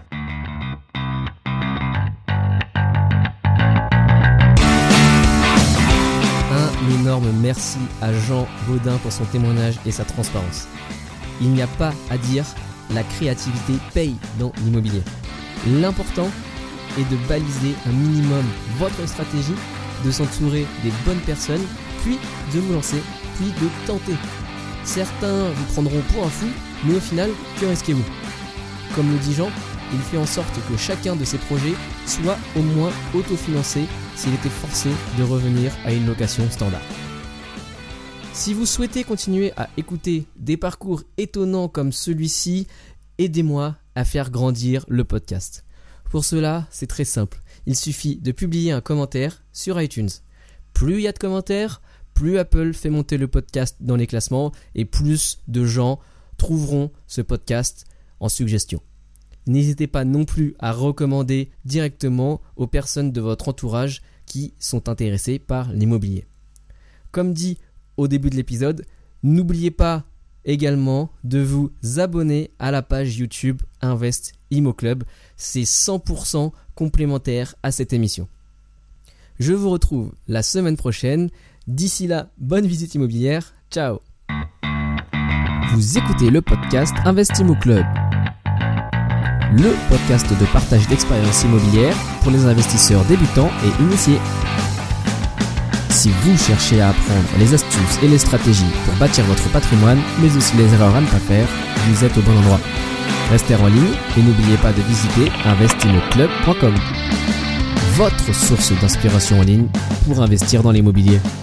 Un énorme merci à Jean Baudin pour son témoignage et sa transparence. Il n'y a pas à dire, la créativité paye dans l'immobilier. L'important est de baliser un minimum votre stratégie, de s'entourer des bonnes personnes, puis de vous lancer, puis de tenter. Certains vous prendront pour un fou, mais au final, que risquez-vous? Comme le dit Jean, il fait en sorte que chacun de ses projets soit au moins autofinancé s'il était forcé de revenir à une location standard. Si vous souhaitez continuer à écouter des parcours étonnants comme celui-ci, aidez-moi à faire grandir le podcast. Pour cela, c'est très simple. Il suffit de publier un commentaire sur iTunes. Plus il y a de commentaires, plus Apple fait monter le podcast dans les classements et plus de gens trouveront ce podcast en suggestion. n'hésitez pas non plus à recommander directement aux personnes de votre entourage qui sont intéressées par l'immobilier. Comme dit au début de l'épisode, n'oubliez pas également de vous abonner à la page YouTube Invest Immo Club. C'est cent pour cent complémentaire à cette émission. Je vous retrouve la semaine prochaine. D'ici là, bonne visite immobilière. Ciao. Vous écoutez le podcast Invest Immo Club, le podcast de partage d'expériences immobilières pour les investisseurs débutants et initiés. Si vous cherchez à apprendre les astuces et les stratégies pour bâtir votre patrimoine, mais aussi les erreurs à ne pas faire, vous êtes au bon endroit. Restez en ligne et n'oubliez pas de visiter invest immo club point com, votre source d'inspiration en ligne pour investir dans l'immobilier.